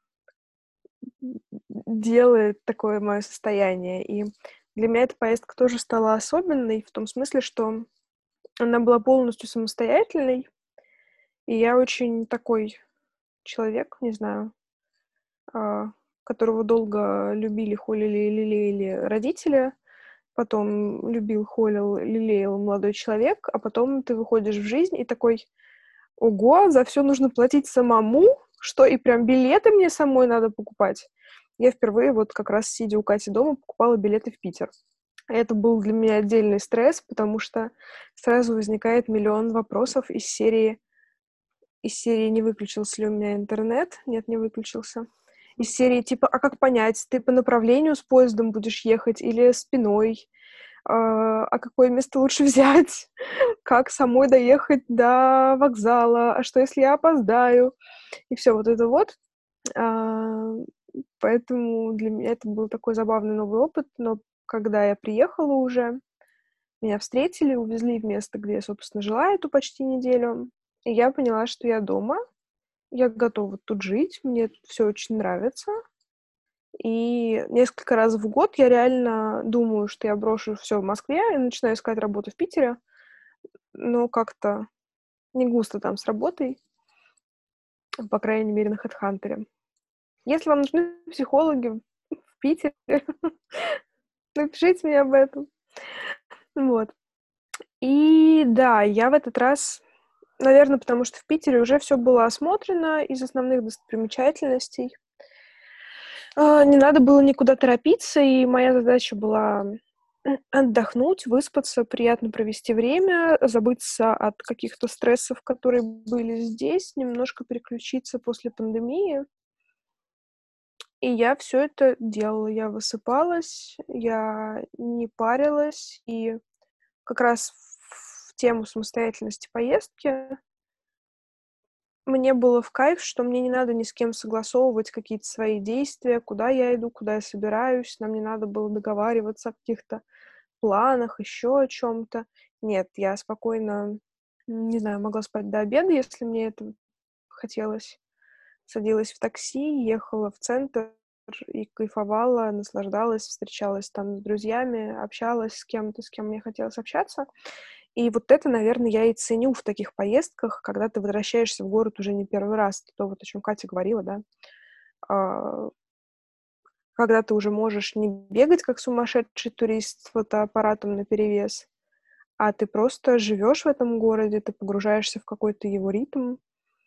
делает такое мое состояние. И для меня эта поездка тоже стала особенной в том смысле, что она была полностью самостоятельной, и я очень такой человек, не знаю, а, которого долго любили, холили и лелеяли родители, потом любил, холил, лелеял молодой человек, а потом ты выходишь в жизнь и такой: ого, за все нужно платить самому, что и прям билеты мне самой надо покупать. Я впервые вот как раз, сидя у Кати дома, покупала билеты в Питер. Это был для меня отдельный стресс, потому что сразу возникает миллион вопросов из серии «Не выключился ли у меня интернет?» Нет, не выключился. Из серии типа: а как понять, ты по направлению с поездом будешь ехать или спиной? А какое место лучше взять? Как самой доехать до вокзала? А что, если я опоздаю? И все вот это вот. А, Поэтому для меня это был такой забавный новый опыт. Но когда я приехала уже, меня встретили, увезли в место, где я, собственно, жила эту почти неделю. И я поняла, что я дома, я готова тут жить, мне тут всё очень нравится. И несколько раз в год я реально думаю, что я брошу все в Москве и начинаю искать работу в Питере, но как-то не густо там с работой, по крайней мере, на HeadHunter. Если вам нужны психологи в Питере, напишите мне об этом. Вот. И да, я в этот раз, наверное, потому что в Питере уже все было осмотрено из основных достопримечательностей. Не надо было никуда торопиться, и моя задача была отдохнуть, выспаться, приятно провести время, забыться от каких-то стрессов, которые были здесь, немножко переключиться после пандемии. И я все это делала. Я высыпалась, я не парилась, и как раз в тему самостоятельности поездки мне было в кайф, что мне не надо ни с кем согласовывать какие-то свои действия, куда я иду, куда я собираюсь. Нам не надо было договариваться о каких-то планах, еще о чем-то. Нет, я спокойно, не знаю, могла спать до обеда, если мне это хотелось. Садилась в такси, ехала в центр и кайфовала, наслаждалась, встречалась там с друзьями, общалась с кем-то, с кем мне хотелось общаться. И вот это, наверное, я и ценю в таких поездках, когда ты возвращаешься в город уже не первый раз. То вот, о чем Катя говорила, да. А, когда ты уже можешь не бегать, как сумасшедший турист с фотоаппаратом наперевес, а ты просто живешь в этом городе, ты погружаешься в какой-то его ритм.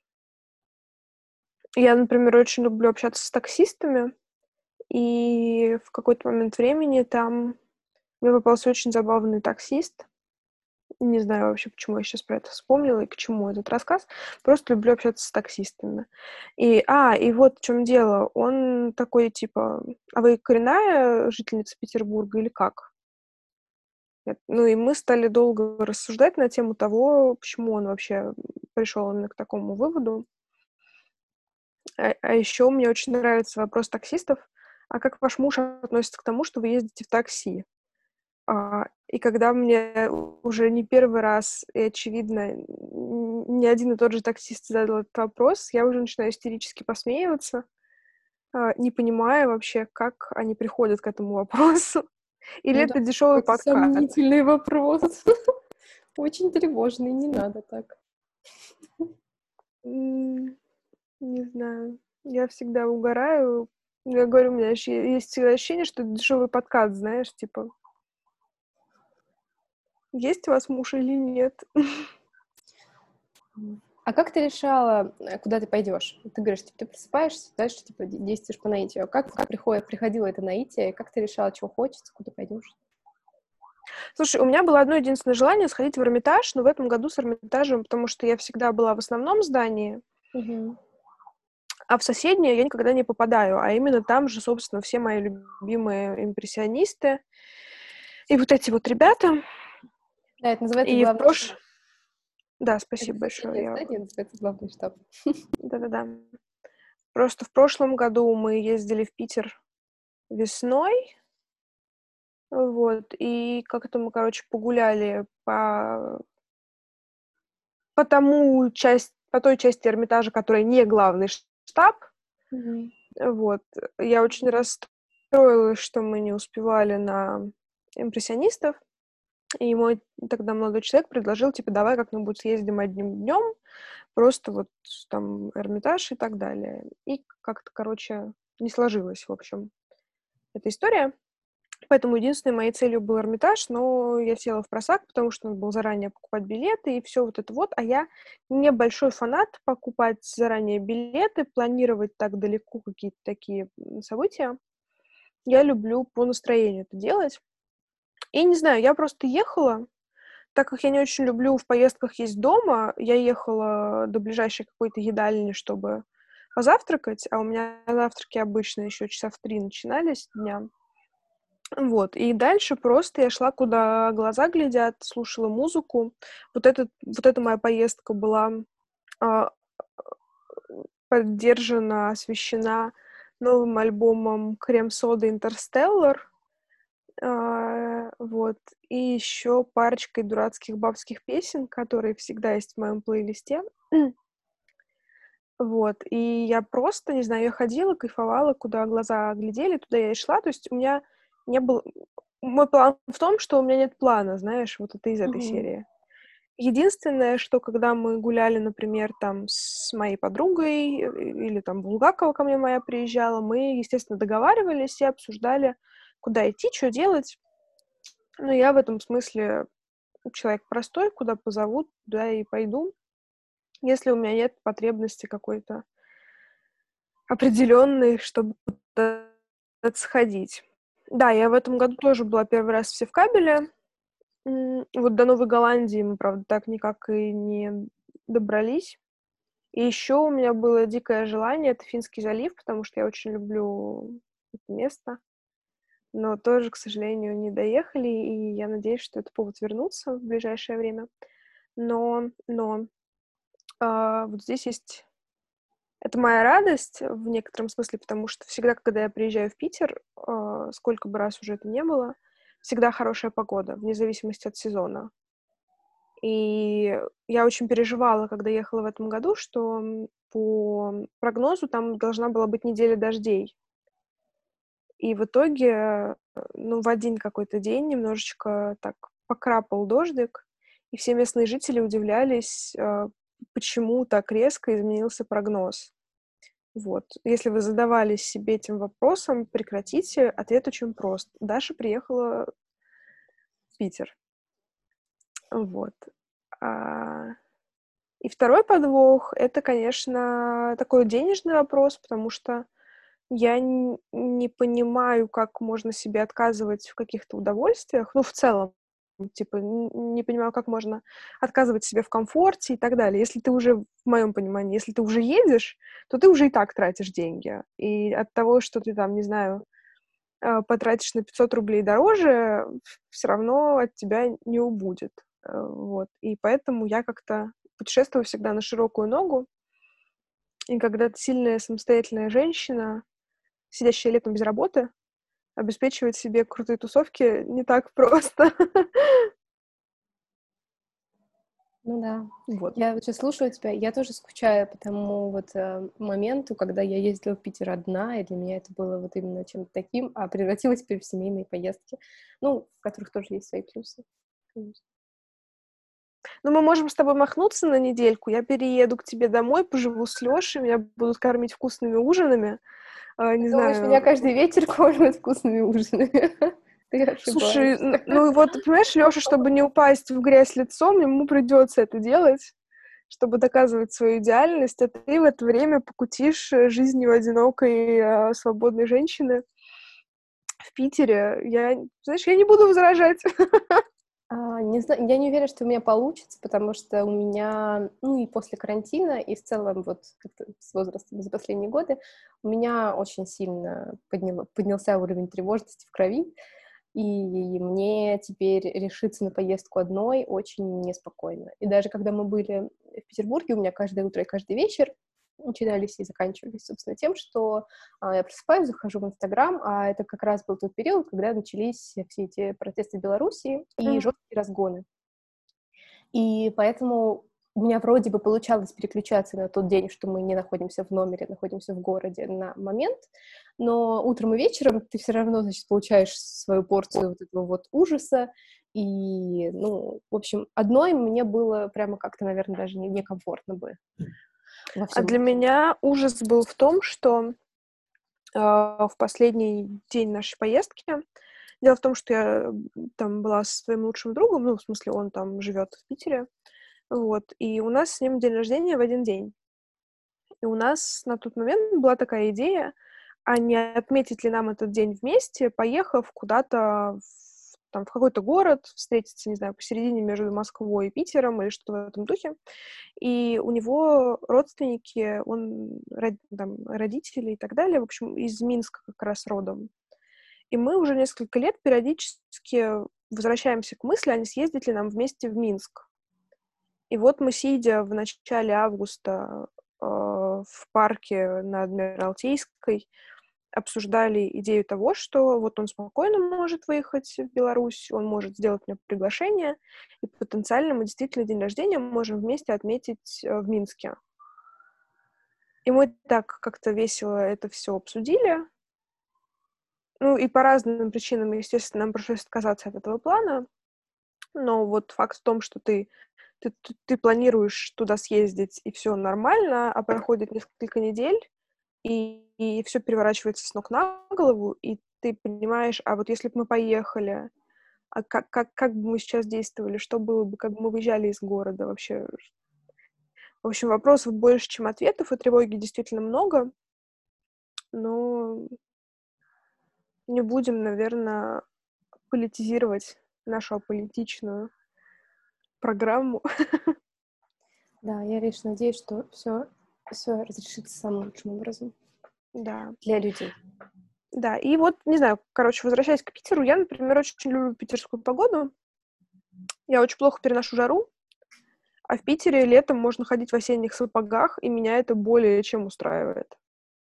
Я, например, очень люблю общаться с таксистами, и в какой-то момент времени там мне попался очень забавный таксист. Не знаю вообще, почему я сейчас про это вспомнила и к чему этот рассказ. Просто люблю общаться с таксистами. И вот в чем дело. Он такой, типа: «А вы коренная жительница Петербурга или как?» Ну, и мы стали долго рассуждать на тему того, почему он вообще пришел именно к такому выводу. А еще мне очень нравится вопрос таксистов: «А как ваш муж относится к тому, что вы ездите в такси?» И когда мне уже не первый раз и, очевидно, не один и тот же таксист задал этот вопрос, я уже начинаю истерически посмеиваться, не понимая вообще, как они приходят к этому вопросу. Или Ну да, это дешевый какой-то подкат. сомнительный вопрос. Очень тревожный, не надо так. М, Не знаю. Я всегда угораю. Я говорю, у меня есть всегда ощущение, что это дешевый подкат, знаешь, типа, есть у вас муж или нет? А как ты решала, куда ты пойдешь? Ты говоришь, типа, ты просыпаешься, дальше, типа, действуешь по наитию. А как приходило это наитие? Как ты решала, чего хочется, куда пойдешь? Слушай, у меня было одно единственное желание сходить в Эрмитаж, но в этом году с Эрмитажем, потому что я всегда была в основном здании, Мгм. а в соседнее я никогда не попадаю. А именно там же, собственно, все мои любимые импрессионисты и вот эти вот ребята. Да, это называется И в главный штаб. Да, Это спасибо большое. соседнее здание называется главный штаб. Да-да-да. Просто в прошлом году мы ездили в Питер весной, вот, и как-то мы, короче, погуляли по той части Эрмитажа, которая не главный штаб. Мгм. Вот. Я очень расстроилась, что мы не успевали на импрессионистов. И мой тогда молодой человек предложил, типа, давай как-нибудь съездим одним днем, просто вот там Эрмитаж и так далее. И как-то, короче, не сложилась, в общем, эта история. Поэтому единственной моей целью был Эрмитаж, но я села в просак, потому что надо было заранее покупать билеты и все вот это вот. А я не большой фанат покупать заранее билеты, планировать так далеко какие-то такие события. Я люблю по настроению это делать. И не знаю, я просто ехала, так как я не очень люблю в поездках есть дома, я ехала до ближайшей какой-то едальни, чтобы позавтракать, а у меня завтраки обычно еще часа в 3 начинались дня. Вот, и дальше просто я шла, куда глаза глядят, слушала музыку. Вот эта моя поездка была а, поддержана, освещена новым альбомом «Крем-сода Интерстеллар». Вот. И еще парочкой дурацких бабских песен, которые всегда есть в моем плейлисте. Вот. И я просто, не знаю, я ходила, кайфовала, куда глаза глядели, туда я и шла. То есть у меня не был... Мой план в том, что у меня нет плана, знаешь, вот это из этой Мгм. серии. Единственное, что когда мы гуляли, например, там с моей подругой или там Булгакова ко мне моя приезжала, мы, естественно, договаривались и обсуждали, куда идти, что делать. Ну, я в этом смысле человек простой, куда позовут, туда и пойду, если у меня нет потребности какой-то определенной, чтобы куда-то сходить. Да, я в этом году тоже была первый раз в Севкабеле. Вот до Новой Голландии мы, правда, так никак и не добрались. И еще у меня было дикое желание — это Финский залив, потому что я очень люблю это место. Но тоже, к сожалению, не доехали, и я надеюсь, что это повод вернуться в ближайшее время. Но вот здесь есть... Это моя радость в некотором смысле, потому что всегда, когда я приезжаю в Питер, сколько бы раз уже это не было, всегда хорошая погода, вне зависимости от сезона. И я очень переживала, когда ехала в этом году, что по прогнозу там должна была быть неделя дождей. И в итоге, ну, в один какой-то день немножечко так покрапал дождик, и все местные жители удивлялись, почему так резко изменился прогноз. Вот. Если вы задавались себе этим вопросом, прекратите. Ответ очень прост. Даша приехала в Питер. Вот. А, И второй подвох — это, конечно, такой денежный вопрос, потому что я не понимаю, как можно себе отказывать в каких-то удовольствиях, ну, в целом, типа, не понимаю, как можно отказывать себе в комфорте и так далее. Если ты уже, в моем понимании, если ты уже едешь, то ты уже и так тратишь деньги. И от того, что ты там, не знаю, потратишь на 500 рублей дороже, все равно от тебя не убудет. Вот. И поэтому я как-то путешествую всегда на широкую ногу. И когда ты сильная самостоятельная женщина, сидящая летом без работы, обеспечивать себе крутые тусовки не так просто. Ну да. Вот. Я вот щас слушаю тебя, я тоже скучаю по тому вот, моменту, когда я ездила в Питер одна, и для меня это было вот именно чем-то таким, а превратилось теперь в семейные поездки, ну, в которых тоже есть свои плюсы, конечно. Ну, мы можем с тобой махнуться на недельку. Я перееду к тебе домой, поживу с Лёшей, меня будут кормить вкусными ужинами. Ты Не думаешь, меня знаю. каждый вечер кормят вкусными ужинами? Ты Слушай, ошибаешься. ну вот, понимаешь, Лёша, чтобы не упасть в грязь лицом, ему придется это делать, чтобы доказывать свою идеальность, а ты в это время покутишь жизнью одинокой, свободной женщины в Питере. Знаешь, я не буду возражать. Не знаю, я не уверена, что у меня получится, потому что у меня, ну, и после карантина, и в целом вот как-то с возрастом за последние годы у меня очень сильно поднялся уровень тревожности в крови, и мне теперь решиться на поездку одной очень неспокойно. И даже когда мы были в Петербурге, у меня каждое утро и каждый вечер начинались и заканчивались, собственно, тем, что я просыпаюсь, захожу в Инстаграм, а это как раз был тот период, когда начались все эти протесты в Беларуси и М. жесткие разгоны. И поэтому у меня вроде бы получалось переключаться на тот день, что мы не находимся в номере, находимся в городе на момент, но утром и вечером ты все равно, значит, получаешь свою порцию вот этого вот ужаса, и, ну, в общем, одной мне было прямо как-то, наверное, даже некомфортно бы во А всем для этом. меня ужас был в том, что в последний день нашей поездки. Дело в том, что я там была со своим лучшим другом, ну, в смысле, он там живет в Питере, вот, и у нас с ним день рождения в один день. И у нас на тот момент была такая идея, а не отметить ли нам этот день вместе, поехав куда-то в какой-то город, встретиться, не знаю, посередине между Москвой и Питером или что-то в этом духе. И у него родственники, там, родители и так далее, в общем, из Минска как раз родом. И мы уже несколько лет периодически возвращаемся к мысли, а не съездить ли нам вместе в Минск. И вот мы, сидя в начале августа в парке на Адмиралтейской, обсуждали идею того, что вот он спокойно может выехать в Беларусь, он может сделать мне приглашение, и потенциально мы действительно день рождения можем вместе отметить в Минске. И мы так как-то весело это все обсудили. Ну, и по разным причинам, естественно, нам пришлось отказаться от этого плана. Но вот факт в том, что ты планируешь туда съездить, и все нормально, а проходит несколько недель, и всё переворачивается с ног на голову, и ты понимаешь, а вот если бы мы поехали, а как бы мы сейчас действовали, что было бы, как бы мы выезжали из города вообще? В общем, вопросов больше, чем ответов, и тревоги действительно много, но не будем, наверно, политизировать нашу аполитичную программу. Да, я лишь надеюсь, что все разрешится самым лучшим образом Да. для людей. Да, и вот, не знаю, короче, возвращаясь к Питеру, я, например, очень люблю питерскую погоду. Я очень плохо переношу жару, а в Питере летом можно ходить в осенних сапогах, и меня это более чем устраивает.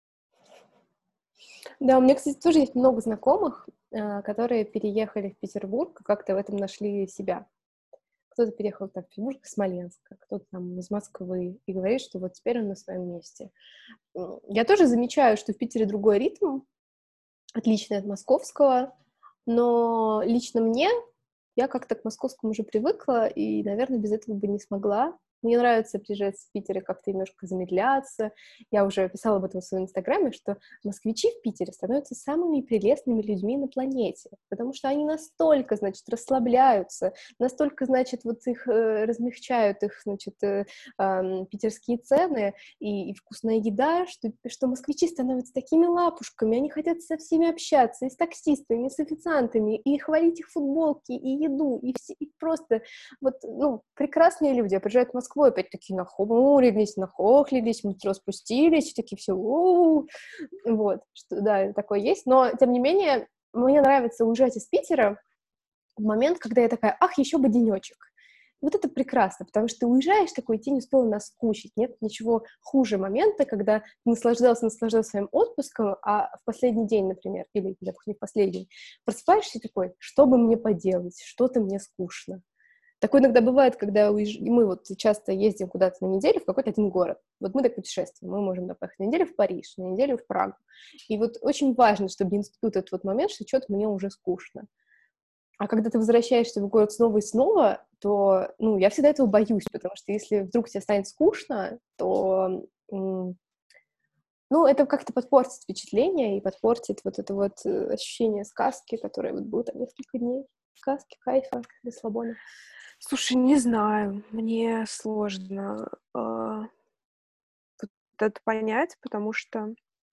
Да, у меня, кстати, тоже есть много знакомых, которые переехали в Петербург и как-то в этом нашли себя. Кто-то переехал там в Петербург из Смоленска, кто-то там из Москвы и говорит, что вот теперь он на своем месте. Я тоже замечаю, что в Питере другой ритм, отличный от московского, но лично мне я как-то к московскому уже привыкла и, наверное, без этого бы не смогла. Мне нравится приезжать в Питере как-то немножко замедляться. Я уже писала об этом в своем инстаграме, что москвичи в Питере становятся самыми прелестными людьми на планете, потому что они настолько, значит, расслабляются, настолько, значит, вот их размягчают их, значит, питерские цены и вкусная еда, что москвичи становятся такими лапушками, они хотят со всеми общаться, и с таксистами, и с официантами, и хвалить их футболки, и еду, и просто вот, ну, прекрасные люди, а приезжают в Москву, опять такие нахмурились, нахохлились, метро спустились, такие все, вот, что, да, такое есть, но, тем не менее, мне нравится уезжать из Питера в момент, когда я такая, ах, еще бы денечек. Вот это прекрасно, потому что ты уезжаешь такой, и тебе не успела наскучить. Нет ничего хуже момента, когда ты наслаждался своим отпуском, а в последний день, например, или, допустим, не в последний, просыпаешься такой, что бы мне поделать, что-то мне скучно. Такое иногда бывает, когда мы вот часто ездим куда-то на неделю в какой-то один город. Вот мы так путешествуем, мы можем поехать на неделю в Париж, на неделю в Прагу. И вот очень важно, чтобы не наступил этот вот момент, что что-то мне уже скучно. А когда ты возвращаешься в город снова и снова, то, ну, я всегда этого боюсь, потому что если вдруг тебе станет скучно, то, ну, это как-то подпортит впечатление и подпортит вот это вот ощущение сказки, которое вот будет там несколько дней. Сказки, кайфа, расслабона. Слушай, не знаю, мне сложно вот это понять, потому что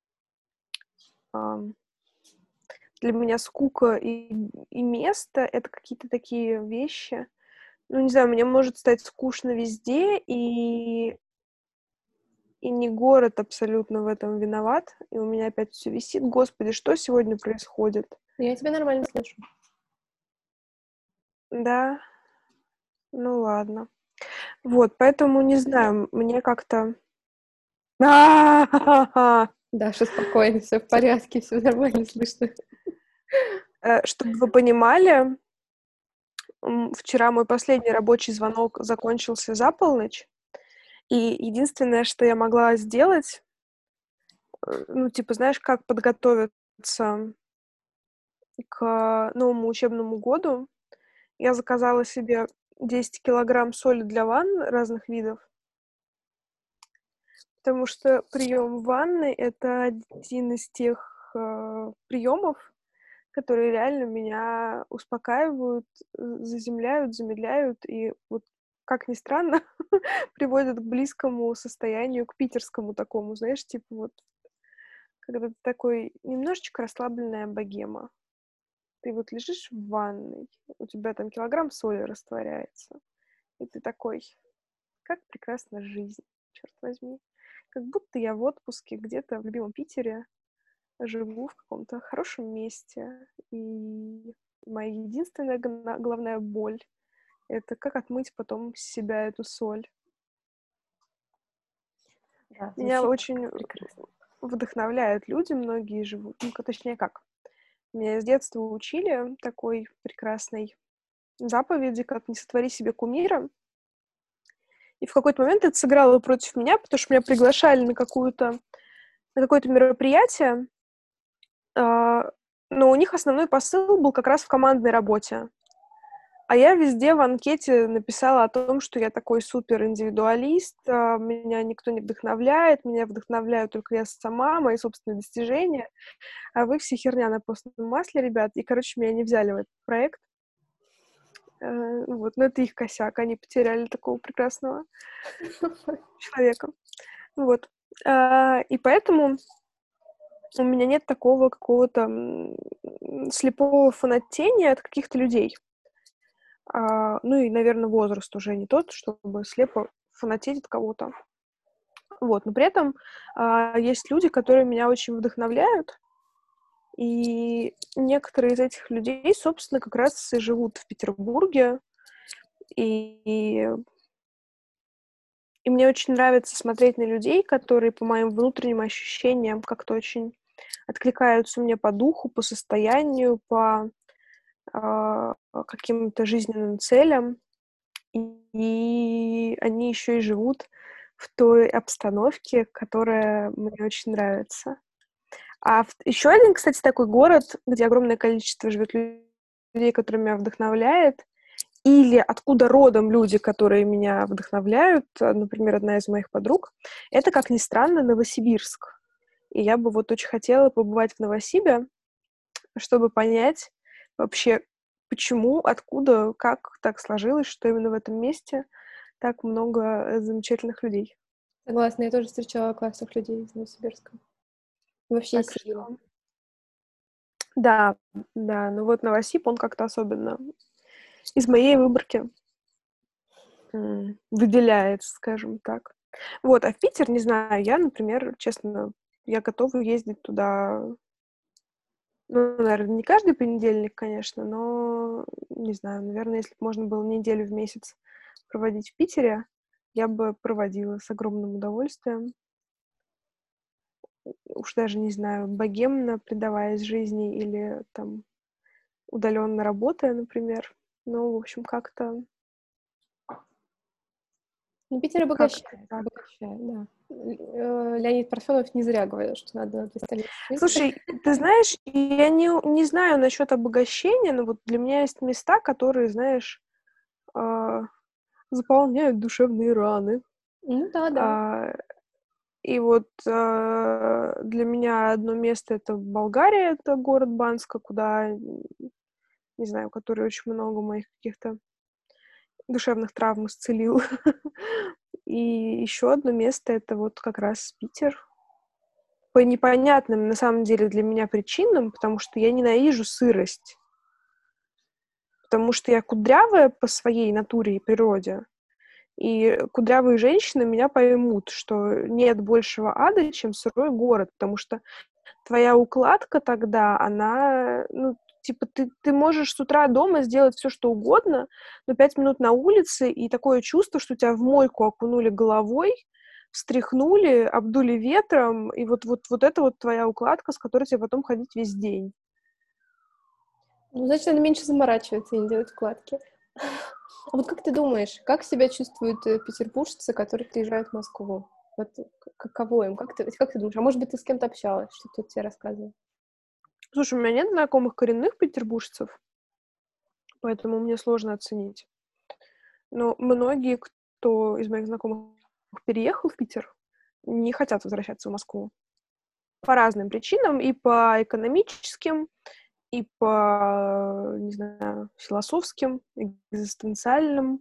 для меня скука и место — это какие-то такие вещи. Ну, не знаю, мне может стать скучно везде, и не город абсолютно в этом виноват, и у меня опять все висит. Господи, что сегодня происходит? Я тебя нормально слышу. Да, ну ладно. Вот, поэтому не знаю, мне как-то... Даша, спокойно, все в порядке, все нормально слышно. Чтобы вы понимали, вчера мой последний рабочий звонок закончился за полночь, и единственное, что я могла сделать, ну, типа, знаешь, как подготовиться к новому учебному году, я заказала себе 10 килограмм соли для ванн разных видов, потому что прием ванны — это один из тех приемов, которые реально меня успокаивают, заземляют, замедляют и вот, как ни странно, приводят к близкому состоянию, к питерскому такому, знаешь, типа вот, когда ты такой немножечко расслабленная богема. Ты вот лежишь в ванной, у тебя там килограмм соли растворяется, и ты такой, как прекрасна жизнь, черт возьми. Как будто я в отпуске где-то в любимом Питере, живу в каком-то хорошем месте, и моя единственная головная боль — это как отмыть потом с себя эту соль. Да, Меня звучит очень прекрасно. вдохновляют люди, многие живут, ну, точнее как, меня с детства учили такой прекрасной заповеди, как «не сотвори себе кумира». И в какой-то момент это сыграло против меня, потому что меня приглашали на какое-то мероприятие, но у них основной посыл был как раз в командной работе. А я везде в анкете написала о том, что я такой супер-индивидуалист, меня никто не вдохновляет, меня вдохновляю только я сама, мои собственные достижения, а вы все херня на постном масле, ребят. И, короче, меня не взяли в этот проект. Вот, но это их косяк, они потеряли такого прекрасного человека. Вот. И поэтому у меня нет такого какого-то слепого фанатения от каких-то людей. Ну и, наверное, возраст уже не тот, чтобы слепо фанатеть от кого-то. Вот. Но при этом есть люди, которые меня очень вдохновляют, и некоторые из этих людей, собственно, как раз и живут в Петербурге, и мне очень нравится смотреть на людей, которые, по моим внутренним ощущениям, как-то очень откликаются мне по духу, по состоянию, по каким-то жизненным целям, и они еще и живут в той обстановке, которая мне очень нравится. Еще один, кстати, такой город, где огромное количество живет людей, которые меня вдохновляет, или откуда родом люди, которые меня вдохновляют. Например, одна из моих подруг, это, как ни странно, Новосибирск. И я бы вот очень хотела побывать в Новосибе, чтобы понять вообще, почему, откуда, как так сложилось, что именно в этом месте так много замечательных людей. Согласна, я тоже встречала классных людей из Новосибирска. Вообще из Так Сибири. что... Да, да, ну вот Новосиб, он как-то особенно из моей выборки выделяется, скажем так. Вот, а в Питер, не знаю, я, например, честно, я готова ездить туда, ну, наверное, не каждый понедельник, конечно, но, не знаю, наверное, если бы можно было неделю в месяц проводить в Питере, я бы проводила с огромным удовольствием. Уж даже не знаю, богемно предаваясь жизни или там удаленно работая, например. Ну, в общем, как-то Ну, Питер как-то обогащает, так. обогащает, да. Леонид Парфенов не зря говорил, что надо на две столицы жить. Слушай, ты знаешь, я не знаю насчет обогащения, но вот для меня есть места, которые, знаешь, а, заполняют душевные раны. Ну да, да. А, И вот для меня одно место — это Болгария, это город Банска, куда, не знаю, который очень много моих каких-то душевных травм исцелил. И еще одно место — это вот как раз Питер. По непонятным, на самом деле, для меня причинам, потому что я ненавижу сырость. Потому что я кудрявая по своей натуре и природе. И кудрявые женщины меня поймут, что нет большего ада, чем сырой город, потому что твоя укладка тогда, она, ну, типа, ты можешь с утра дома сделать все, что угодно, но 5 минут на улице, и такое чувство, что тебя в мойку окунули головой, встряхнули, обдули ветром, и вот это вот твоя укладка, с которой тебе потом ходить весь день. Ну, значит, надо меньше заморачиваться и не делать вкладки. А вот как ты думаешь, как себя чувствуют петербуржцы, которые приезжают в Москву? Вот каково им? Как ты думаешь? А может быть, ты с кем-то общалась, что кто-то тебе рассказывал? Слушай, у меня нет знакомых коренных петербуржцев, поэтому мне сложно оценить. Но многие, кто из моих знакомых переехал в Питер, не хотят возвращаться в Москву. По разным причинам, и по экономическим, и по, не знаю, философским, экзистенциальным.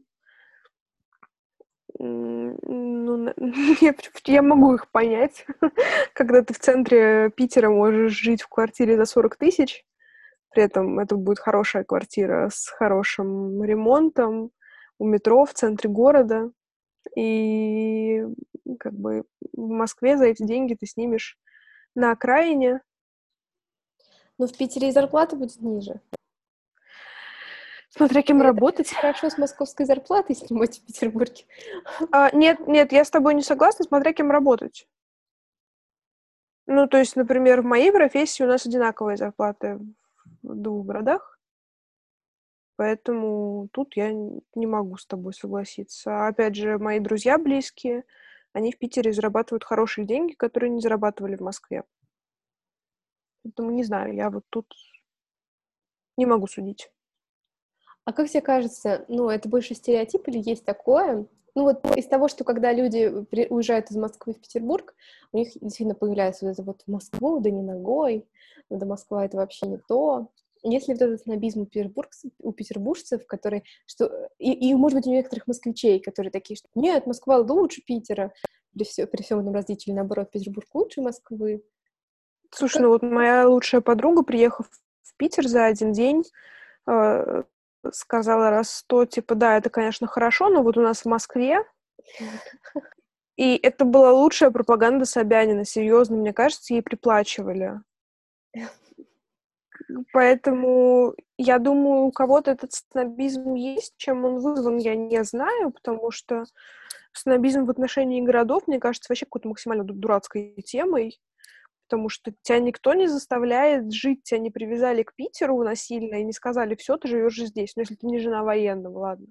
Ну, я могу их понять. Когда ты в центре Питера можешь жить в квартире за 40 тысяч, при этом это будет хорошая квартира с хорошим ремонтом, у метро в центре города. И как бы в Москве за эти деньги ты снимешь на окраине. Ну, в Питере и зарплата будет ниже. Смотря кем Это работать. хорошо с московской зарплатой снимать в Петербурге. Нет, я с тобой не согласна, смотря кем работать. Ну, то есть, например, в моей профессии у нас одинаковые зарплаты в двух городах, поэтому тут я не могу с тобой согласиться. Опять же, мои друзья близкие, они в Питере зарабатывают хорошие деньги, которые не зарабатывали в Москве. Поэтому не знаю, я вот тут не могу судить. А как тебе кажется, ну, это больше стереотип или есть такое? Ну, вот из того, что когда люди уезжают из Москвы в Петербург, у них действительно появляется вот это вот в Москву, да не ногой, да Москва — это вообще не то. Есть ли вот этот снобизм у петербуржцев, которые, что... И, может быть, у некоторых москвичей, которые такие, что нет, Москва лучше Питера, при всем этом различии, или наоборот, Петербург лучше Москвы. Слушай, ну вот моя лучшая подруга, приехав в Питер за один день, э, сказала раз 100, типа, да, это, конечно, хорошо, но вот у нас в Москве, и это была лучшая пропаганда Собянина, серьезно, мне кажется, ей приплачивали. Поэтому я думаю, у кого-то этот снобизм есть, чем он вызван, я не знаю, потому что снобизм в отношении городов, мне кажется, вообще какой-то максимально дурацкой темой, потому что тебя никто не заставляет жить, тебя не привязали к Питеру насильно и не сказали, все, ты живешь же здесь, ну, если ты не жена военного, ладно.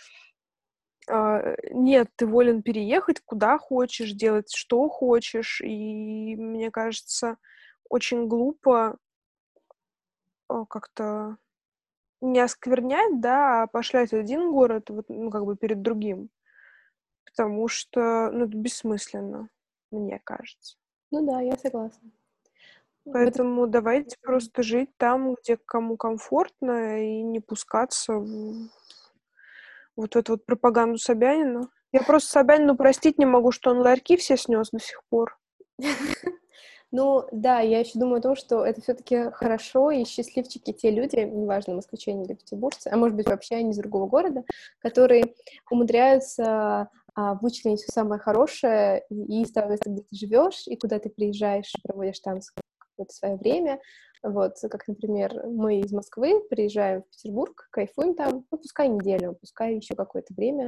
Нет, ты волен переехать куда хочешь, делать что хочешь, и мне кажется, очень глупо как-то не осквернять, да, а пошлять один город, вот, ну, как бы перед другим. Потому что, ну, это бессмысленно, мне кажется. Ну да, я согласна. Поэтому давайте просто жить там, где кому комфортно, и не пускаться вот в эту вот пропаганду Собянина. Я просто Собянину простить не могу, что он ларьки все снес до сих пор. Ну, да, я еще думаю о том, что это все-таки хорошо, и счастливчики те люди, неважно, москвичи они или петербуржцы, а может быть, вообще они из другого города, которые умудряются вычленить все самое хорошее из того места, где ты живешь, и куда ты приезжаешь, проводишь там какое-то свое время. Вот, как, например, мы из Москвы приезжаем в Петербург, кайфуем там, ну, пускай неделю, пускай еще какое-то время,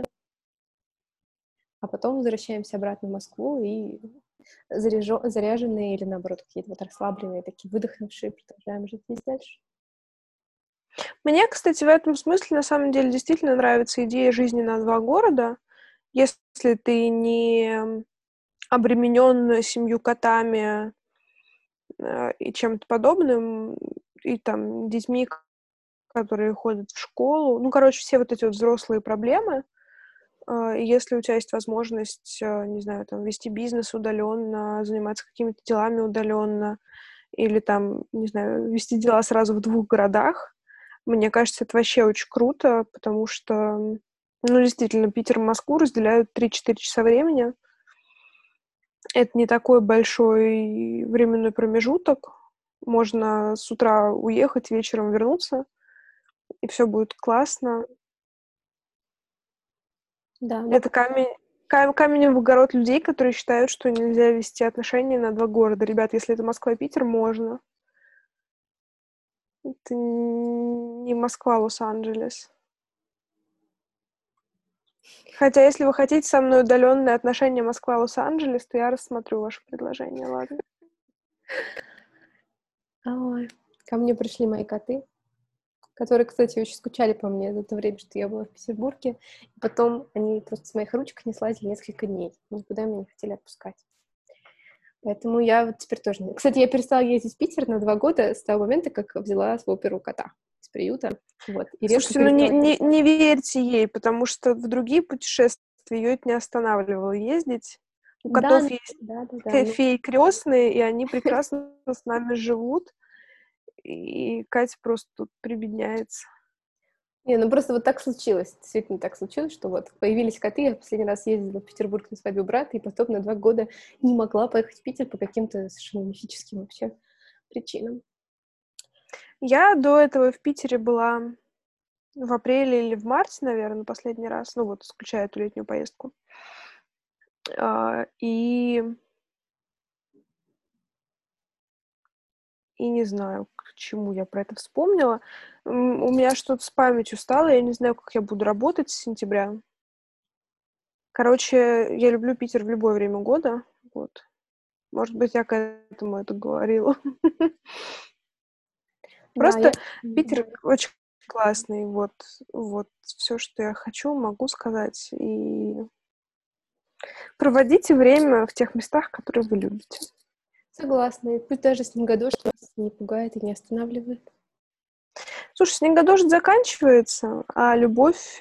а потом возвращаемся обратно в Москву и заряженные или, наоборот, какие-то вот расслабленные, такие выдохнувшие, продолжаем жить здесь дальше. Мне, кстати, в этом смысле, на самом деле, действительно нравится идея жизни на два города. Если ты не обременен 7 котами и чем-то подобным, и там детьми, которые ходят в школу. Ну, короче, все вот эти вот взрослые проблемы. И если у тебя есть возможность, не знаю, там, вести бизнес удаленно, заниматься какими-то делами удаленно, или там, не знаю, вести дела сразу в 2 городах, мне кажется, это вообще очень круто, потому что, ну, действительно, Питер и Москву разделяют 3-4 часа времени. Это не такой большой временной промежуток. Можно с утра уехать, вечером вернуться, и все будет классно. Да, ну, Это камень в огород людей, которые считают, что нельзя вести отношения на 2 города. Ребят, если это Москва и Питер, можно. Это не Москва, Лос-Анджелес. Хотя, если вы хотите со мной удаленные отношения Москва-Лос-Анджелес, то я рассмотрю ваше предложение, ладно? ой, ко мне пришли мои коты, которые, кстати, очень скучали по мне за то время, что я была в Петербурге. И потом они просто с моих ручек не слазили несколько дней. Никуда меня не хотели отпускать. Поэтому я вот теперь тоже... Кстати, я перестала ездить в Питер на 2 года с того момента, как взяла своего первого кота из приюта. Вот. И резко Слушайте, ну перестала не верьте ей, потому что в другие путешествия ее это не останавливало ездить. У Да, котов есть да, да, да. феи крестные, и они прекрасно с нами живут. И Катя просто тут прибедняется. Не, ну просто вот так случилось, действительно так случилось, что вот появились коты, я в последний раз ездила в Петербург на свадьбу брата, и потом на 2 года не могла поехать в Питер по каким-то совершенно мифическим вообще причинам. Я до этого в Питере была в апреле или в марте, наверное, последний раз, ну вот, исключая эту летнюю поездку. И не знаю, к чему я про это вспомнила. У меня что-то с памятью стало, я не знаю, как я буду работать с сентября. Короче, я люблю Питер в любое время года, вот. Может быть, я к этому это говорила. Да, Просто Питер очень классный, вот все, что я хочу, могу сказать. И проводите время в тех местах, которые вы любите. согласна, и пусть даже снегодождь вас не пугает и не останавливает. Слушай, снегодождь заканчивается, а любовь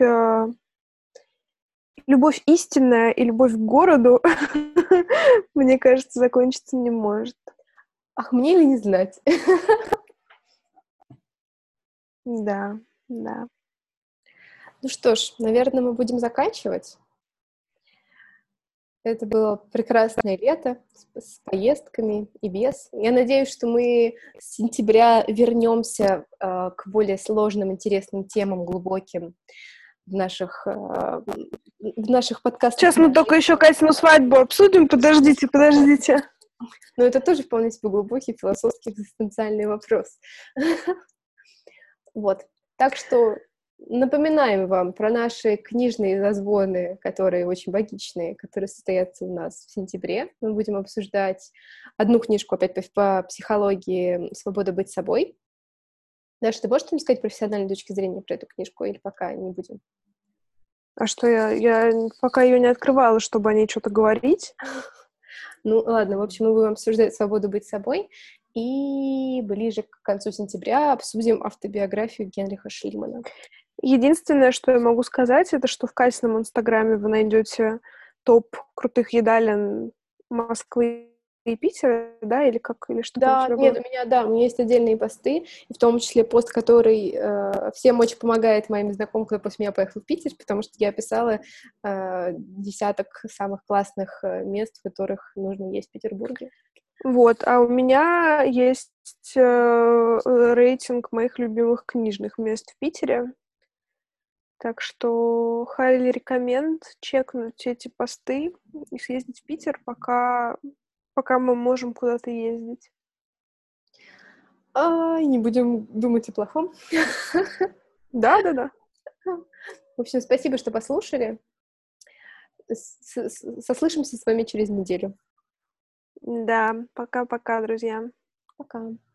истинная и любовь к городу, мне кажется, закончиться не может. Ах, мне ли не знать? Да, да. Ну что ж, наверное, мы будем заканчивать. Это было прекрасное лето с поездками и без. Я надеюсь, что мы с сентября вернемся к более сложным, интересным темам, глубоким в наших подкастах. Сейчас мы только еще Катину свадьбу обсудим. Подождите. Но это тоже вполне себе глубокий философский экзистенциальный вопрос. Вот. Так что напоминаем вам про наши книжные зазвоны, которые очень логичные, которые состоятся у нас в сентябре. Мы будем обсуждать одну книжку опять по психологии «Свобода быть собой». Даша, ты можешь что-нибудь сказать профессиональной точки зрения про эту книжку или пока не будем? А что я пока ее не открывала, чтобы о ней что-то говорить? Ну, ладно, в общем, мы будем обсуждать «Свободу быть собой». И ближе к концу сентября обсудим автобиографию Генриха Шлимана. Единственное, что я могу сказать, это что в Катином инстаграме вы найдете топ крутых едалин Москвы и Питера, да, или как, или что там у Да, тебя нет, было? у меня есть отдельные посты, в том числе пост, который всем очень помогает моим знакомым, кто после меня поехал в Питер, потому что я описала десяток самых классных мест, в которых нужно есть в Петербурге. Вот, а у меня есть рейтинг моих любимых книжных мест в Питере. Так что highly recommend чекнуть эти посты и съездить в Питер, пока мы можем куда-то ездить. Не будем думать о плохом. Да. В общем, спасибо, что послушали. Сослышимся с вами через неделю. Да, пока-пока, друзья. Пока.